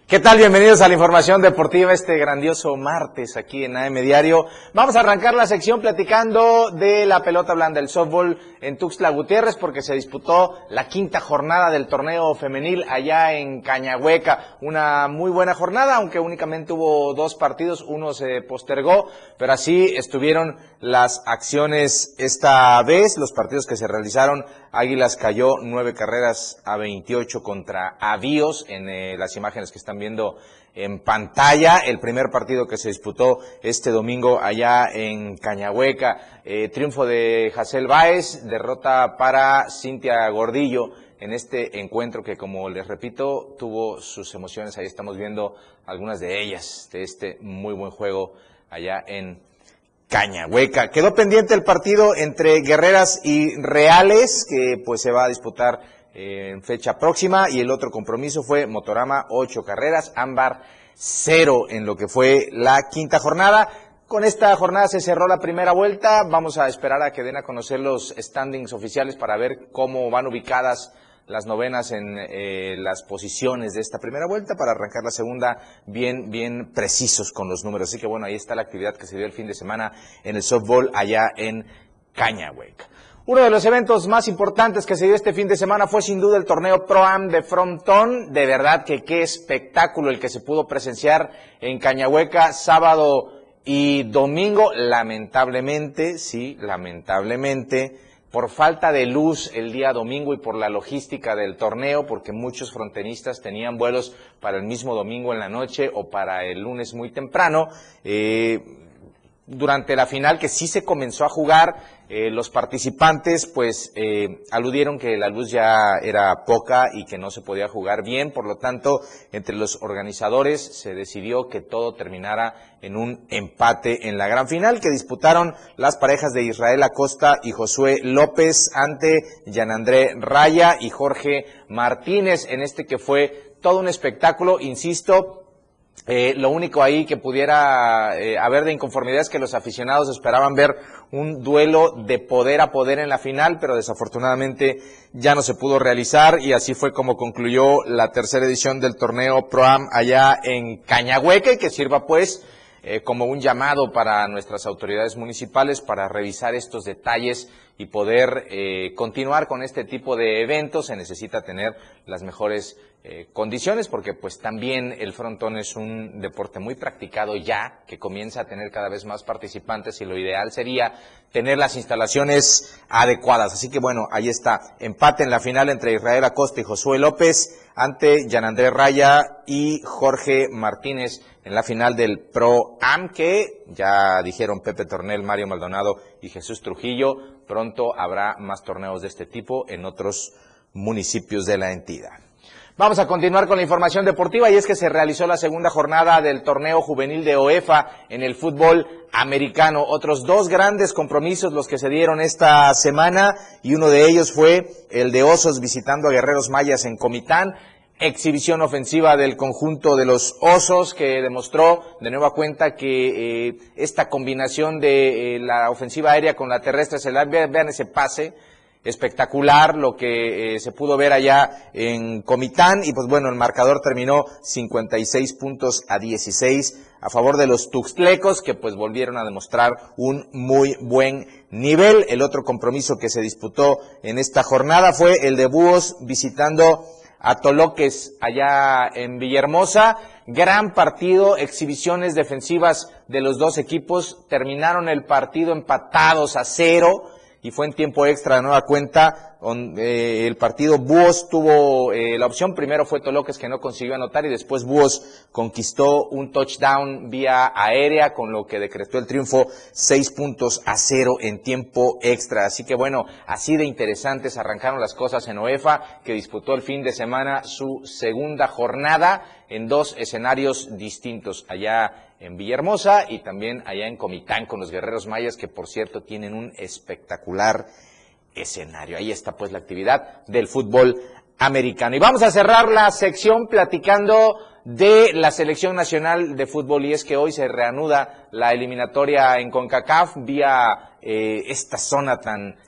¿Qué tal? Bienvenidos a la información deportiva este grandioso martes aquí en A M Diario. Vamos a arrancar la sección platicando de la pelota blanda, el softball en Tuxtla Gutiérrez, porque se disputó la quinta jornada del torneo femenil allá en Cañahueca. Una muy buena jornada, aunque únicamente hubo dos partidos, uno se postergó, pero así estuvieron las acciones esta vez. Los partidos que se realizaron, Águilas cayó nueve carreras a veintiocho contra Avíos en eh, las imágenes que están viendo en pantalla. El primer partido que se disputó este domingo allá en Cañahueca, eh, triunfo de Jacel Báez, derrota para Cintia Gordillo en este encuentro que, como les repito, tuvo sus emociones. Ahí estamos viendo algunas de ellas, de este muy buen juego allá en Cañahueca. Quedó pendiente el partido entre Guerreras y Reales, que pues se va a disputar en fecha próxima, y el otro compromiso fue Motorama, ocho carreras, Ámbar, cero en lo que fue la quinta jornada. Con esta jornada se cerró la primera vuelta. Vamos a esperar a que den a conocer los standings oficiales para ver cómo van ubicadas las novenas en eh, las posiciones de esta primera vuelta, para arrancar la segunda bien, bien precisos con los números. Así que bueno, ahí está la actividad que se dio el fin de semana en el softball allá en Cañahueca. Uno de los eventos más importantes que se dio este fin de semana fue sin duda el torneo Pro-Am de Frontón. De verdad que qué espectáculo el que se pudo presenciar en Cañahueca sábado y domingo. Lamentablemente, sí, lamentablemente, por falta de luz el día domingo y por la logística del torneo, porque muchos frontenistas tenían vuelos para el mismo domingo en la noche o para el lunes muy temprano, eh, durante la final que sí se comenzó a jugar, eh, los participantes pues eh, aludieron que la luz ya era poca y que no se podía jugar bien. Por lo tanto, entre los organizadores se decidió que todo terminara en un empate en la gran final, que disputaron las parejas de Israel Acosta y Josué López ante Yanandré Raya y Jorge Martínez, en este que fue todo un espectáculo, insisto. Eh, lo único ahí que pudiera eh, haber de inconformidad es que los aficionados esperaban ver un duelo de poder a poder en la final, pero desafortunadamente ya no se pudo realizar, y así fue como concluyó la tercera edición del torneo Pro-Am allá en Cañahueca, y que sirva pues eh, como un llamado para nuestras autoridades municipales para revisar estos detalles y poder eh, continuar con este tipo de eventos. Se necesita tener las mejores Eh, condiciones, porque pues también el frontón es un deporte muy practicado ya, que comienza a tener cada vez más participantes, y lo ideal sería tener las instalaciones adecuadas. Así que bueno, ahí está, empate en la final entre Israel Acosta y Josué López ante Yanandré Raya y Jorge Martínez en la final del Pro-Am, que ya dijeron Pepe Tornel, Mario Maldonado y Jesús Trujillo, pronto habrá más torneos de este tipo en otros municipios de la entidad. Vamos a continuar con la información deportiva, y es que se realizó la segunda jornada del torneo juvenil de OEFA en el fútbol americano. Otros dos grandes compromisos los que se dieron esta semana, y uno de ellos fue el de Osos visitando a Guerreros Mayas en Comitán. Exhibición ofensiva del conjunto de los Osos, que demostró de nueva cuenta que eh, esta combinación de eh, la ofensiva aérea con la terrestre, se la, vean ese pase espectacular, lo que eh, se pudo ver allá en Comitán. Y pues bueno, el marcador terminó cincuenta y seis puntos a dieciséis a favor de los tuxtlecos, que pues volvieron a demostrar un muy buen nivel. El otro compromiso que se disputó en esta jornada fue el de Búhos visitando a Toloques allá en Villahermosa. Gran partido, exhibiciones defensivas de los dos equipos, terminaron el partido empatados a cero, y fue en tiempo extra de nueva cuenta. Eh, el partido Búhos tuvo eh, la opción. Primero fue Toloques, que no consiguió anotar, y después Búhos conquistó un touchdown vía aérea, con lo que decretó el triunfo seis puntos a cero en tiempo extra. Así que bueno, así de interesantes arrancaron las cosas en OEFA, que disputó el fin de semana su segunda jornada en dos escenarios distintos, allá en Villahermosa y también allá en Comitán con los Guerreros Mayas, que por cierto tienen un espectacular escenario. Ahí está pues la actividad del fútbol americano. Y vamos a cerrar la sección platicando de la selección nacional de fútbol, y es que hoy se reanuda la eliminatoria en CONCACAF vía eh, esta zona tan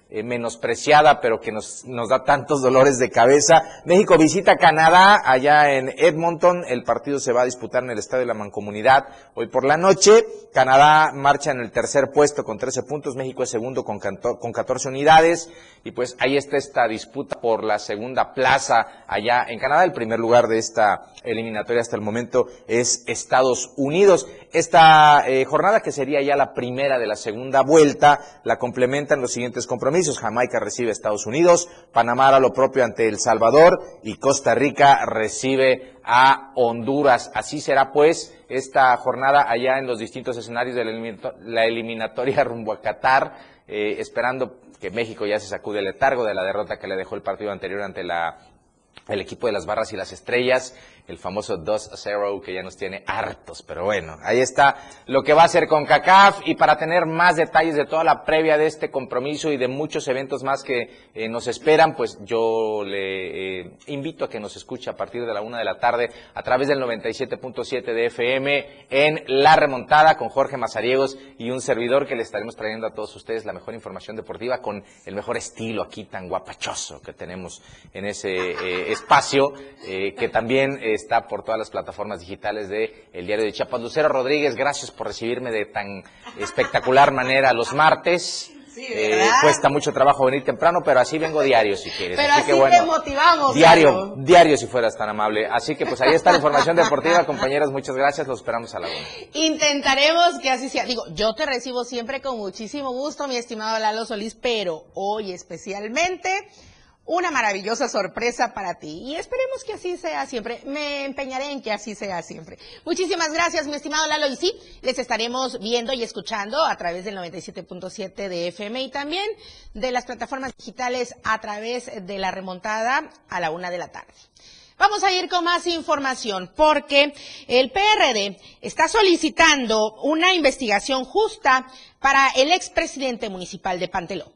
eh, menospreciada, pero que nos, nos da tantos dolores de cabeza. México visita Canadá allá en Edmonton. El partido se va a disputar en el Estadio de la Mancomunidad hoy por la noche. Canadá marcha en el tercer puesto con trece puntos. México es segundo con, con catorce unidades. Y pues ahí está esta disputa por la segunda plaza allá en Canadá. El primer lugar de esta eliminatoria hasta el momento es Estados Unidos. Esta eh, jornada, que sería ya la primera de la segunda vuelta, la complementan los siguientes compromisos. Jamaica recibe a Estados Unidos, Panamá hará lo propio ante El Salvador y Costa Rica recibe a Honduras. Así será pues esta jornada allá en los distintos escenarios de la, eliminato la eliminatoria rumbo a Qatar, eh, esperando que México ya se sacude el letargo de la derrota que le dejó el partido anterior ante la el equipo de las Barras y las Estrellas, el famoso dos a cero que ya nos tiene hartos, pero bueno, ahí está lo que va a hacer CONCACAF. Y para tener más detalles de toda la previa de este compromiso y de muchos eventos más que eh, nos esperan, pues yo le eh, invito a que nos escuche a partir de la una de la tarde a través del noventa y siete punto siete de F M en La Remontada con Jorge Mazariegos y un servidor, que le estaremos trayendo a todos ustedes la mejor información deportiva con el mejor estilo aquí tan guapachoso que tenemos en ese eh, espacio, eh, que también está por todas las plataformas digitales de El Diario de Chiapas. Lucero Rodríguez, gracias por recibirme de tan espectacular manera los martes. Sí, eh, cuesta mucho trabajo venir temprano, pero así vengo diario si quieres. Pero así, así que bueno, te motivamos. Diario, claro. diario si fueras tan amable. Así que pues ahí está la información deportiva, compañeros, muchas gracias, los esperamos a la una. Intentaremos que así sea. Digo, yo te recibo siempre con muchísimo gusto, mi estimado Lalo Solís, pero hoy especialmente una maravillosa sorpresa para ti, y esperemos que así sea siempre. Me empeñaré en que así sea siempre. Muchísimas gracias, mi estimado Lalo, y sí, les estaremos viendo y escuchando a través del noventa y siete punto siete de F M y también de las plataformas digitales a través de La Remontada a la una de la tarde. Vamos a ir con más información porque el P R D está solicitando una investigación justa para el expresidente municipal de Panteló.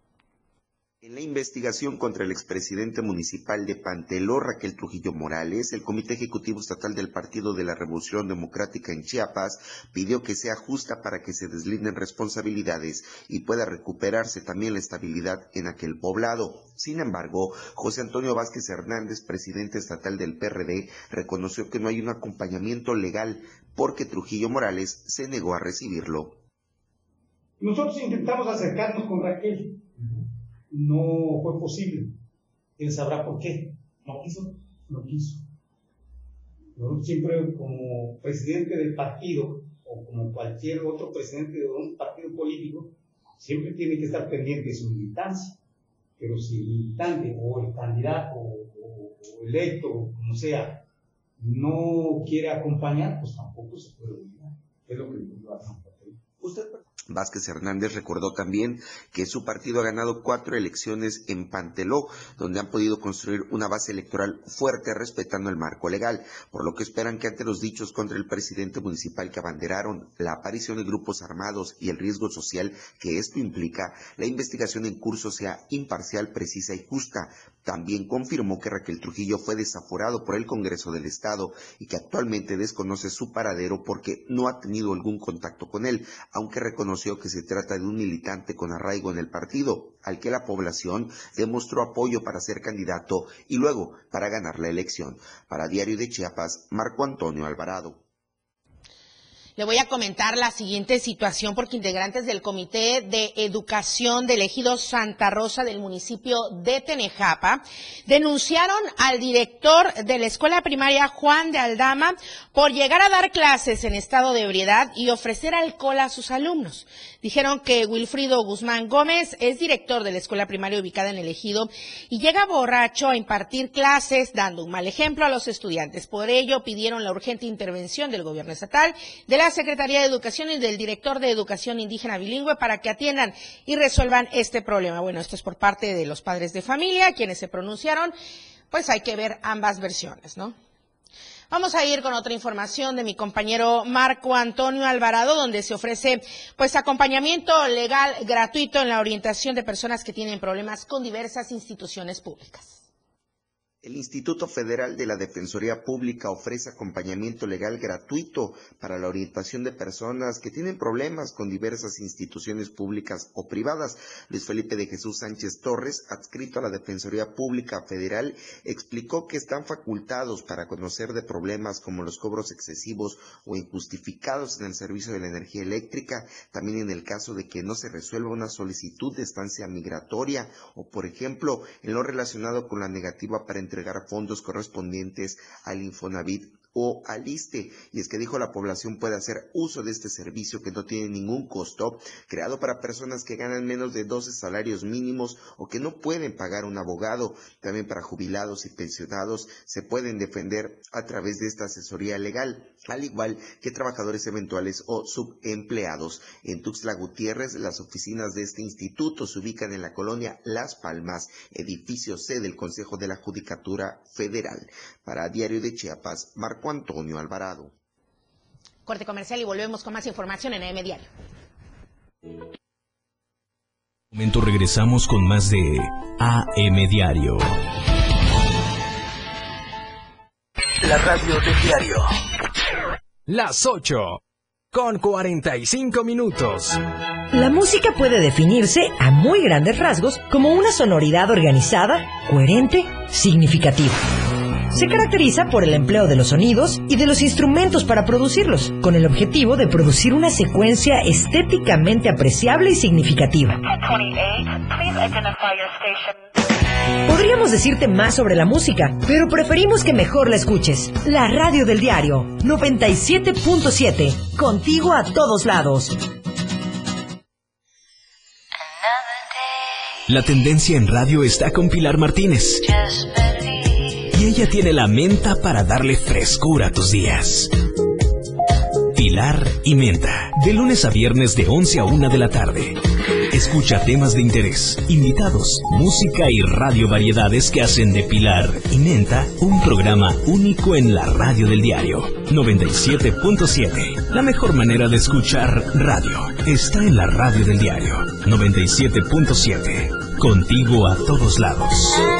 En la investigación contra el expresidente municipal de Panteló, Raquel Trujillo Morales, el Comité Ejecutivo Estatal del Partido de la Revolución Democrática en Chiapas pidió que sea justa para que se deslinden responsabilidades y pueda recuperarse también la estabilidad en aquel poblado. Sin embargo, José Antonio Vázquez Hernández, presidente estatal del P R D, reconoció que no hay un acompañamiento legal porque Trujillo Morales se negó a recibirlo. Nosotros intentamos acercarnos con Raquel. No fue posible. Él sabrá por qué. No quiso, no quiso. Yo siempre, como presidente del partido, o como cualquier otro presidente de un partido político, siempre tiene que estar pendiente de su militancia. Pero si el militante, o el candidato, o, o electo, o como sea, no quiere acompañar, pues tampoco se puede olvidar. Es lo que lo hace. Usted Vázquez Hernández recordó también que su partido ha ganado cuatro elecciones en Panteló, donde han podido construir una base electoral fuerte respetando el marco legal, por lo que esperan que ante los dichos contra el presidente municipal que abanderaron la aparición de grupos armados y el riesgo social que esto implica, la investigación en curso sea imparcial, precisa y justa. También confirmó que Raquel Trujillo fue desaforado por el Congreso del Estado y que actualmente desconoce su paradero porque no ha tenido algún contacto con él, aunque reconoció que se trata de un militante con arraigo en el partido, al que la población demostró apoyo para ser candidato y luego para ganar la elección. Para Diario de Chiapas, Marco Antonio Alvarado. Le voy a comentar la siguiente situación porque integrantes del Comité de Educación del Ejido Santa Rosa del municipio de Tenejapa denunciaron al director de la escuela primaria Juan de Aldama por llegar a dar clases en estado de ebriedad y ofrecer alcohol a sus alumnos. Dijeron que Wilfrido Guzmán Gómez es director de la escuela primaria ubicada en el Ejido y llega borracho a impartir clases dando un mal ejemplo a los estudiantes. Por ello pidieron la urgente intervención del gobierno estatal, de la Secretaría de Educación y del director de Educación Indígena Bilingüe para que atiendan y resuelvan este problema. Bueno, esto es por parte de los padres de familia, quienes se pronunciaron, pues hay que ver ambas versiones, ¿no? Vamos a ir con otra información de mi compañero Marco Antonio Alvarado, donde se ofrece pues acompañamiento legal gratuito en la orientación de personas que tienen problemas con diversas instituciones públicas. El Instituto Federal de la Defensoría Pública ofrece acompañamiento legal gratuito para la orientación de personas que tienen problemas con diversas instituciones públicas o privadas. Luis Felipe de Jesús Sánchez Torres, adscrito a la Defensoría Pública Federal, explicó que están facultados para conocer de problemas como los cobros excesivos o injustificados en el servicio de la energía eléctrica, también en el caso de que no se resuelva una solicitud de estancia migratoria o, por ejemplo, en lo relacionado con la negativa para entregar fondos correspondientes al Infonavit o al ISSSTE. Y es que dijo, la población puede hacer uso de este servicio que no tiene ningún costo, creado para personas que ganan menos de doce salarios mínimos o que no pueden pagar un abogado. También para jubilados y pensionados se pueden defender a través de esta asesoría legal, al igual que trabajadores eventuales o subempleados. En Tuxtla Gutiérrez, las oficinas de este instituto se ubican en la colonia Las Palmas, edificio C del Consejo de la Judicatura Federal. Para Diario de Chiapas, Marco Antonio Alvarado. Corte comercial y volvemos con más información en A M Diario. En un momento regresamos con más de A M Diario. La radio del diario. Las ocho, con cuarenta y cinco minutos. La música puede definirse a muy grandes rasgos como una sonoridad organizada, coherente, significativa. Se caracteriza por el empleo de los sonidos y de los instrumentos para producirlos, con el objetivo de producir una secuencia estéticamente apreciable y significativa. Podríamos decirte más sobre la música, pero preferimos que mejor la escuches. La radio del diario noventa y siete punto siete, contigo a todos lados. La tendencia en radio está con Pilar Martínez. Y ella tiene la menta para darle frescura a tus días. Pilar y Menta, de lunes a viernes de once a una de la tarde. Escucha temas de interés, invitados, música y radio variedades que hacen de Pilar y Menta un programa único en la radio del diario. noventa y siete punto siete. La mejor manera de escuchar radio está en la radio del diario. noventa y siete punto siete. Contigo a todos lados.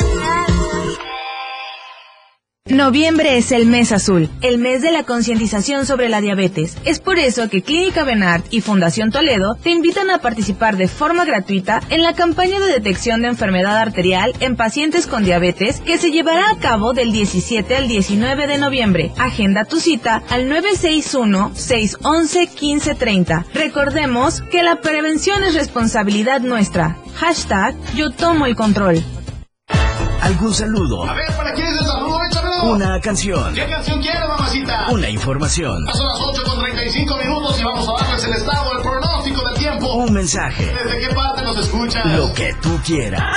Noviembre es el mes azul, el mes de la concientización sobre la diabetes. Es por eso que Clínica Benart y Fundación Toledo te invitan a participar de forma gratuita en la campaña de detección de enfermedad arterial en pacientes con diabetes que se llevará a cabo del diecisiete al diecinueve de noviembre. Agenda tu cita al nueve seis uno, seis uno uno, uno cinco tres cero. Recordemos que la prevención es responsabilidad nuestra. Hashtag Yo Tomo el Control. ¿Algún saludo? A ver, ¿para quién es el saludo? Échamelo. Una canción. ¿Qué canción quieres, mamacita? Una información. Son las ocho con treinta y cinco minutos y vamos a darles el estado, el pronóstico del tiempo. Un mensaje. ¿Desde qué parte nos escuchas? Lo que tú quieras.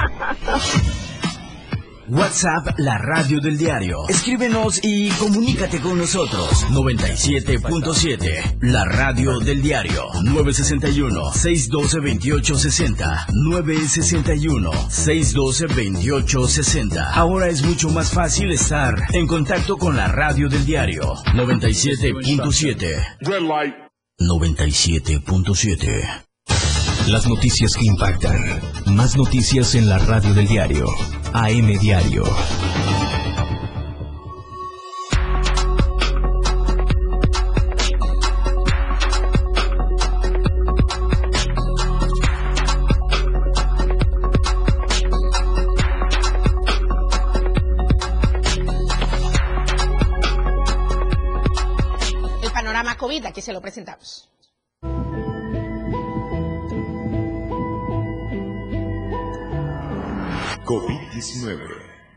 WhatsApp, la radio del diario. Escríbenos y comunícate con nosotros. noventa y siete punto siete. La radio del diario. nueve seis uno, seis uno dos, dos ocho seis cero. nueve seis uno, seis uno dos, dos ocho seis cero. Ahora es mucho más fácil estar en contacto con la radio del diario. noventa y siete punto siete. noventa y siete punto siete. Las noticias que impactan. Más noticias en la radio del diario. A M Diario. El panorama COVID, aquí se lo presentamos. COVID diecinueve.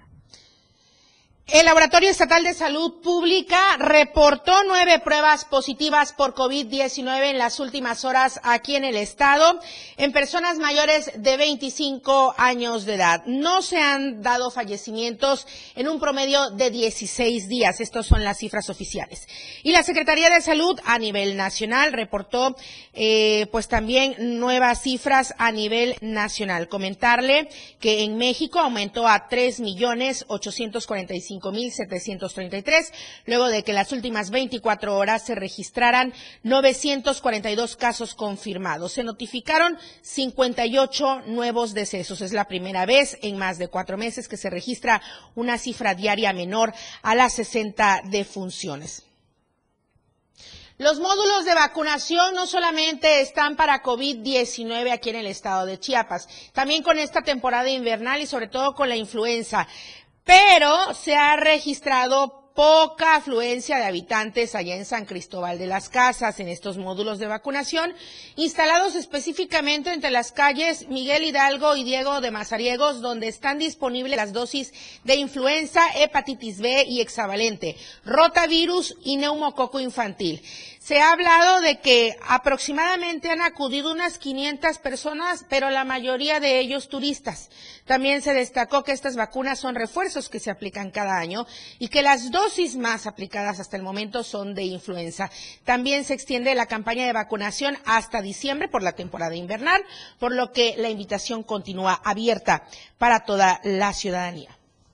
El Laboratorio Estatal de Salud Pública reportó nueve pruebas positivas por COVID diecinueve en las últimas horas aquí en el estado, en personas mayores de veinticinco años de edad. No se han dado fallecimientos en un promedio de dieciséis días. Estas son las cifras oficiales. Y la Secretaría de Salud a nivel nacional reportó eh, pues también nuevas cifras a nivel nacional. Comentarle que en México aumentó a tres millones ochocientos cuarenta y cinco cinco mil setecientos treinta y tres, luego de que en las últimas veinticuatro horas se registraran novecientos cuarenta y dos casos confirmados. Se notificaron cincuenta y ocho nuevos decesos. Es la primera vez en más de cuatro meses que se registra una cifra diaria menor a las sesenta defunciones. Los módulos de vacunación no solamente están para COVID diecinueve aquí en el estado de Chiapas, también con esta temporada invernal y sobre todo con la influenza, pero se ha registrado poca afluencia de habitantes allá en San Cristóbal de las Casas en estos módulos de vacunación, instalados específicamente entre las calles Miguel Hidalgo y Diego de Mazariegos, donde están disponibles las dosis de influenza, hepatitis B y hexavalente, rotavirus y neumococo infantil. Se ha hablado de que aproximadamente han acudido unas quinientas personas, pero la mayoría de ellos turistas. También se destacó que estas vacunas son refuerzos que se aplican cada año y que las dosis más aplicadas hasta el momento son de influenza. También se extiende la campaña de vacunación hasta diciembre por la temporada invernal, por lo que la invitación continúa abierta para toda la ciudadanía.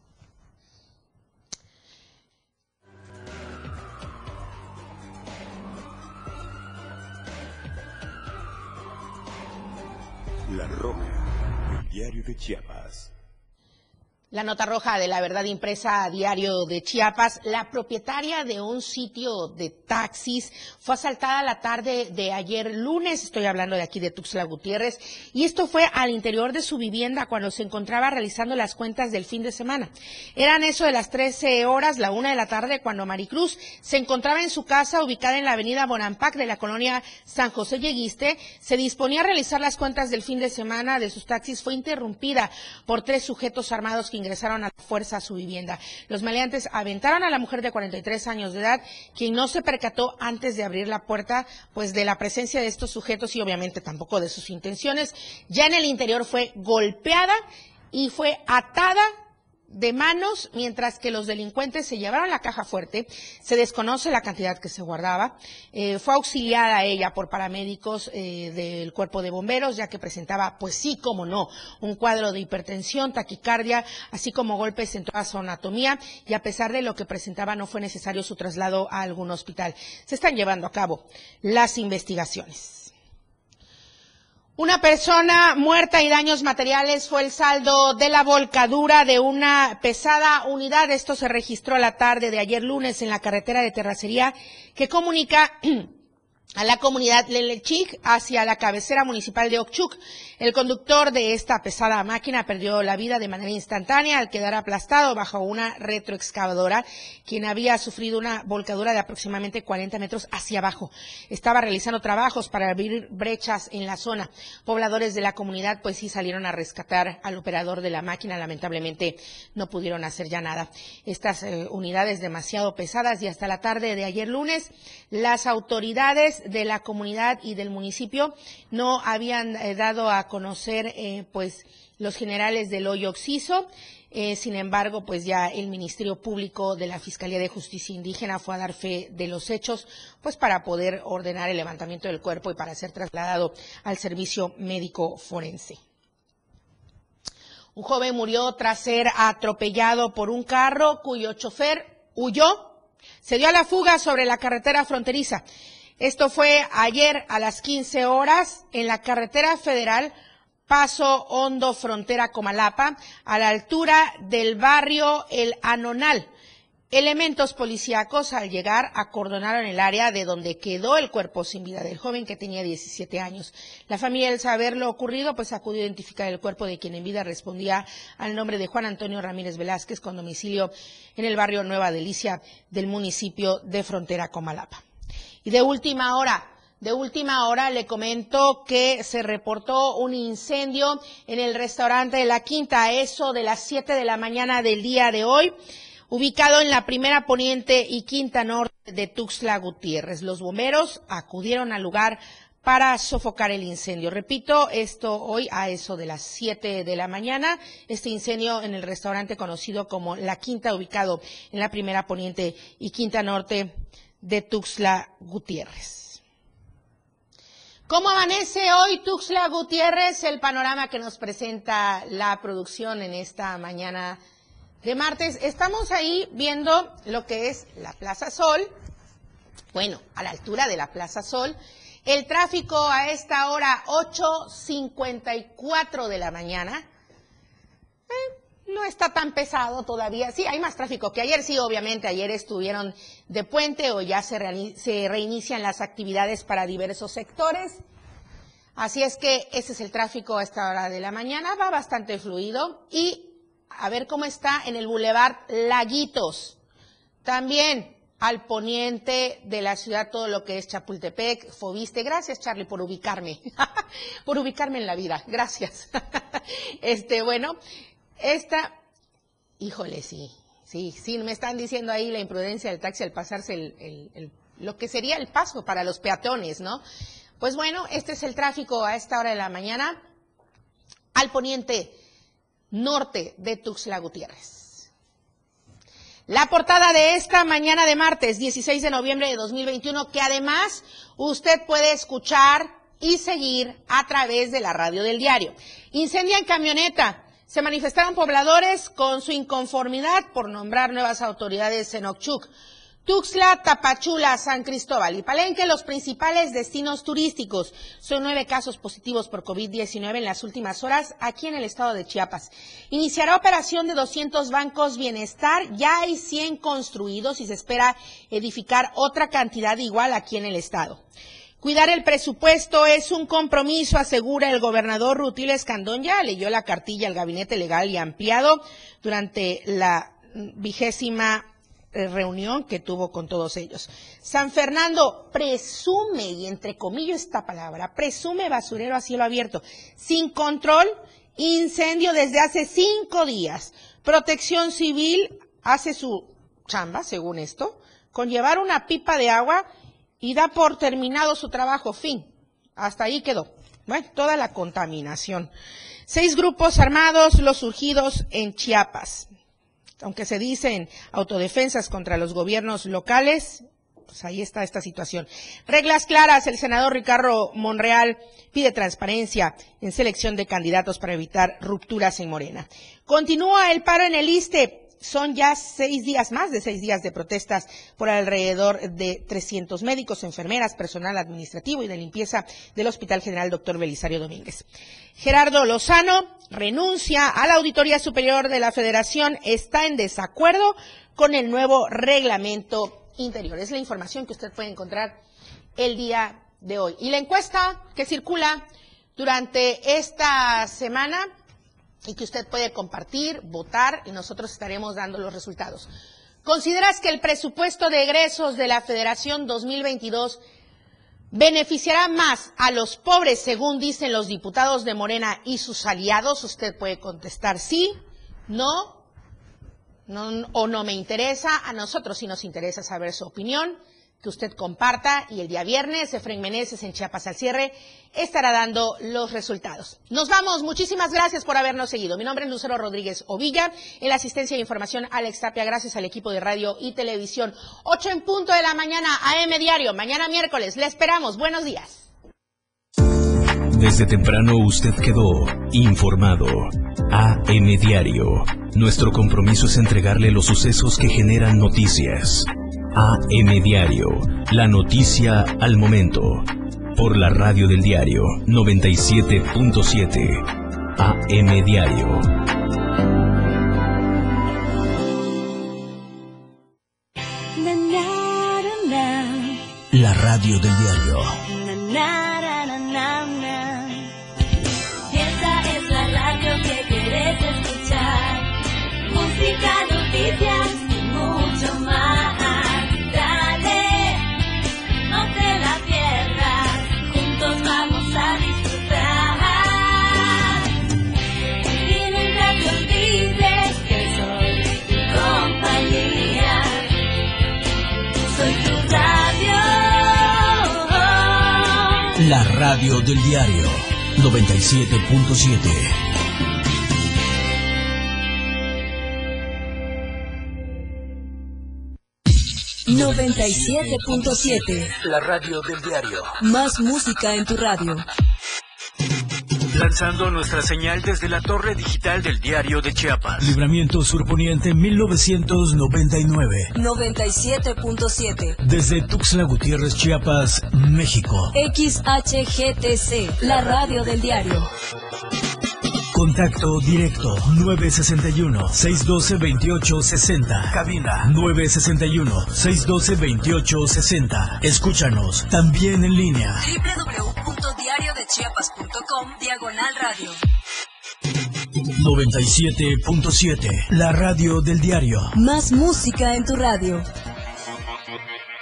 La Roja, el diario de Chiapas. La nota roja de La Verdad impresa a Diario de Chiapas. La propietaria de un sitio de taxis fue asaltada la tarde de ayer lunes, estoy hablando de aquí de Tuxtla Gutiérrez, y esto fue al interior de su vivienda cuando se encontraba realizando las cuentas del fin de semana. Eran eso de las trece horas, la una de la tarde, cuando Maricruz se encontraba en su casa ubicada en la avenida Bonampak de la colonia San José Lleguiste. Se disponía a realizar las cuentas del fin de semana de sus taxis. Fue interrumpida por tres sujetos armados que ingresaron a la fuerza a su vivienda. Los maleantes aventaron a la mujer de cuarenta y tres años de edad, quien no se percató antes de abrir la puerta, pues de la presencia de estos sujetos y obviamente tampoco de sus intenciones. Ya en el interior fue golpeada y fue atada de manos, mientras que los delincuentes se llevaron la caja fuerte. Se desconoce la cantidad que se guardaba. Eh, fue auxiliada ella por paramédicos eh, del cuerpo de bomberos, ya que presentaba, pues sí, como no, un cuadro de hipertensión, taquicardia, así como golpes en toda su anatomía, y a pesar de lo que presentaba no fue necesario su traslado a algún hospital. Se están llevando a cabo las investigaciones. Una persona muerta y daños materiales fue el saldo de la volcadura de una pesada unidad. Esto se registró la tarde de ayer lunes en la carretera de Terracería que comunica a la comunidad Lelechic hacia la cabecera municipal de Ochuc. El conductor de esta pesada máquina perdió la vida de manera instantánea al quedar aplastado bajo una retroexcavadora, quien había sufrido una volcadura de aproximadamente cuarenta metros hacia abajo. Estaba realizando trabajos para abrir brechas en la zona. Pobladores de la comunidad pues sí salieron a rescatar al operador de la máquina. Lamentablemente no pudieron hacer ya nada. Estas eh, unidades demasiado pesadas, y hasta la tarde de ayer lunes las autoridades de la comunidad y del municipio no habían eh, dado a conocer eh, pues los generales del hoyo Oxiso. Eh, sin embargo, pues ya el Ministerio Público de la Fiscalía de Justicia Indígena fue a dar fe de los hechos, pues para poder ordenar el levantamiento del cuerpo y para ser trasladado al servicio médico forense. Un joven murió tras ser atropellado por un carro cuyo chofer huyó, se dio a la fuga sobre la carretera fronteriza. Esto fue ayer a las quince horas en la carretera federal Paso Hondo, frontera Comalapa, a la altura del barrio El Anonal. Elementos policíacos al llegar acordonaron el área de donde quedó el cuerpo sin vida del joven, que tenía diecisiete años. La familia, al saber lo ocurrido, pues acudió a identificar el cuerpo de quien en vida respondía al nombre de Juan Antonio Ramírez Velázquez, con domicilio en el barrio Nueva Delicia del municipio de frontera Comalapa. Y de última hora, de última hora le comento que se reportó un incendio en el restaurante de La Quinta, a eso de las siete de la mañana del día de hoy, ubicado en la primera poniente y quinta norte de Tuxtla Gutiérrez. Los bomberos acudieron al lugar para sofocar el incendio. Repito, esto hoy a eso de las siete de la mañana, este incendio en el restaurante conocido como La Quinta, ubicado en la primera poniente y quinta norte de Tuxtla Gutiérrez. ¿Cómo amanece hoy Tuxtla Gutiérrez? El panorama que nos presenta la producción en esta mañana de martes. Estamos ahí viendo lo que es la Plaza Sol, bueno, a la altura de la Plaza Sol. El tráfico a esta hora, ocho cincuenta y cuatro de la mañana, eh, no está tan pesado todavía. Sí, hay más tráfico que ayer, sí, obviamente. Ayer estuvieron de puente o ya se, reali- se reinician las actividades para diversos sectores. Así es que ese es el tráfico a esta hora de la mañana, va bastante fluido. Y a ver cómo está en el Boulevard Laguitos. También al poniente de la ciudad, todo lo que es Chapultepec, Fobiste. Gracias, Charlie, por ubicarme, por ubicarme en la vida. Gracias. Este, bueno, esta, híjole, sí, sí, sí, me están diciendo ahí la imprudencia del taxi al pasarse el, el, el, lo que sería el paso para los peatones, ¿no? Pues bueno, este es el tráfico a esta hora de la mañana al poniente norte de Tuxtla Gutiérrez. La portada de esta mañana de martes, dieciséis de noviembre de dos mil veintiuno, que además usted puede escuchar y seguir a través de la radio del diario. Incendian camioneta. Se manifestaron pobladores con su inconformidad por nombrar nuevas autoridades en Ochuc. Tuxtla, Tapachula, San Cristóbal y Palenque, los principales destinos turísticos. Son nueve casos positivos por COVID diecinueve en las últimas horas aquí en el estado de Chiapas. Iniciará operación de doscientos bancos bienestar, ya hay cien construidos y se espera edificar otra cantidad igual aquí en el estado. Cuidar el presupuesto es un compromiso, asegura el gobernador Rutilio Escandón. Ya leyó la cartilla al gabinete legal y ampliado durante la vigésima reunión que tuvo con todos ellos. San Fernando presume, y entre comillas esta palabra, presume basurero a cielo abierto, sin control, incendio desde hace cinco días. Protección Civil hace su chamba, según esto, con llevar una pipa de agua y da por terminado su trabajo. Fin. Hasta ahí quedó. Bueno, toda la contaminación. Seis grupos armados, los surgidos en Chiapas. Aunque se dicen autodefensas contra los gobiernos locales, pues ahí está esta situación. Reglas claras, el senador Ricardo Monreal pide transparencia en selección de candidatos para evitar rupturas en Morena. Continúa el paro en el ISSSTE. Son ya seis días, más de seis días de protestas por alrededor de trescientos médicos, enfermeras, personal administrativo y de limpieza del Hospital General Doctor Belisario Domínguez. Gerardo Lozano renuncia a la Auditoría Superior de la Federación, está en desacuerdo con el nuevo reglamento interior. Es la información que usted puede encontrar el día de hoy. Y la encuesta que circula durante esta semana y que usted puede compartir, votar, y nosotros estaremos dando los resultados. ¿Consideras que el presupuesto de egresos de la Federación dos mil veintidós beneficiará más a los pobres, según dicen los diputados de Morena y sus aliados? Usted puede contestar sí, no, no o no me interesa. A nosotros sí nos interesa saber su opinión, que usted comparta, y el día viernes Efraín Meneses en Chiapas al cierre estará dando los resultados. Nos vamos, muchísimas gracias por habernos seguido. Mi nombre es Lucero Rodríguez Ovilla, en la asistencia de información Alex Tapia, gracias al equipo de radio y televisión. Ocho en punto de la mañana, A M Diario, mañana miércoles, le esperamos, buenos días. Desde temprano usted quedó informado. A M Diario, nuestro compromiso es entregarle los sucesos que generan noticias. A M Diario, la noticia al momento, por la radio del diario noventa y siete punto siete. A M Diario. La radio del diario. Esta es la radio que quieres escuchar. Música, noticias y mucho más. La radio del diario noventa y siete punto siete. noventa y siete punto siete. La radio del diario. Más música en tu radio. lanzando nuestra señal desde la torre digital del Diario de Chiapas. Libramiento Sur Poniente mil novecientos noventa y nueve. noventa y siete punto siete. Desde Tuxtla Gutiérrez, Chiapas, México. X H G T C, la radio del diario. Contacto directo nueve sesenta y uno, seiscientos doce, veintiocho sesenta. Cabina nueve sesenta y uno, seiscientos doce, veintiocho sesenta. Escúchanos también en línea. doble u doble u doble u punto diario de chiapas punto com diagonal radio. noventa y siete punto siete, la radio del diario. Más música en tu radio.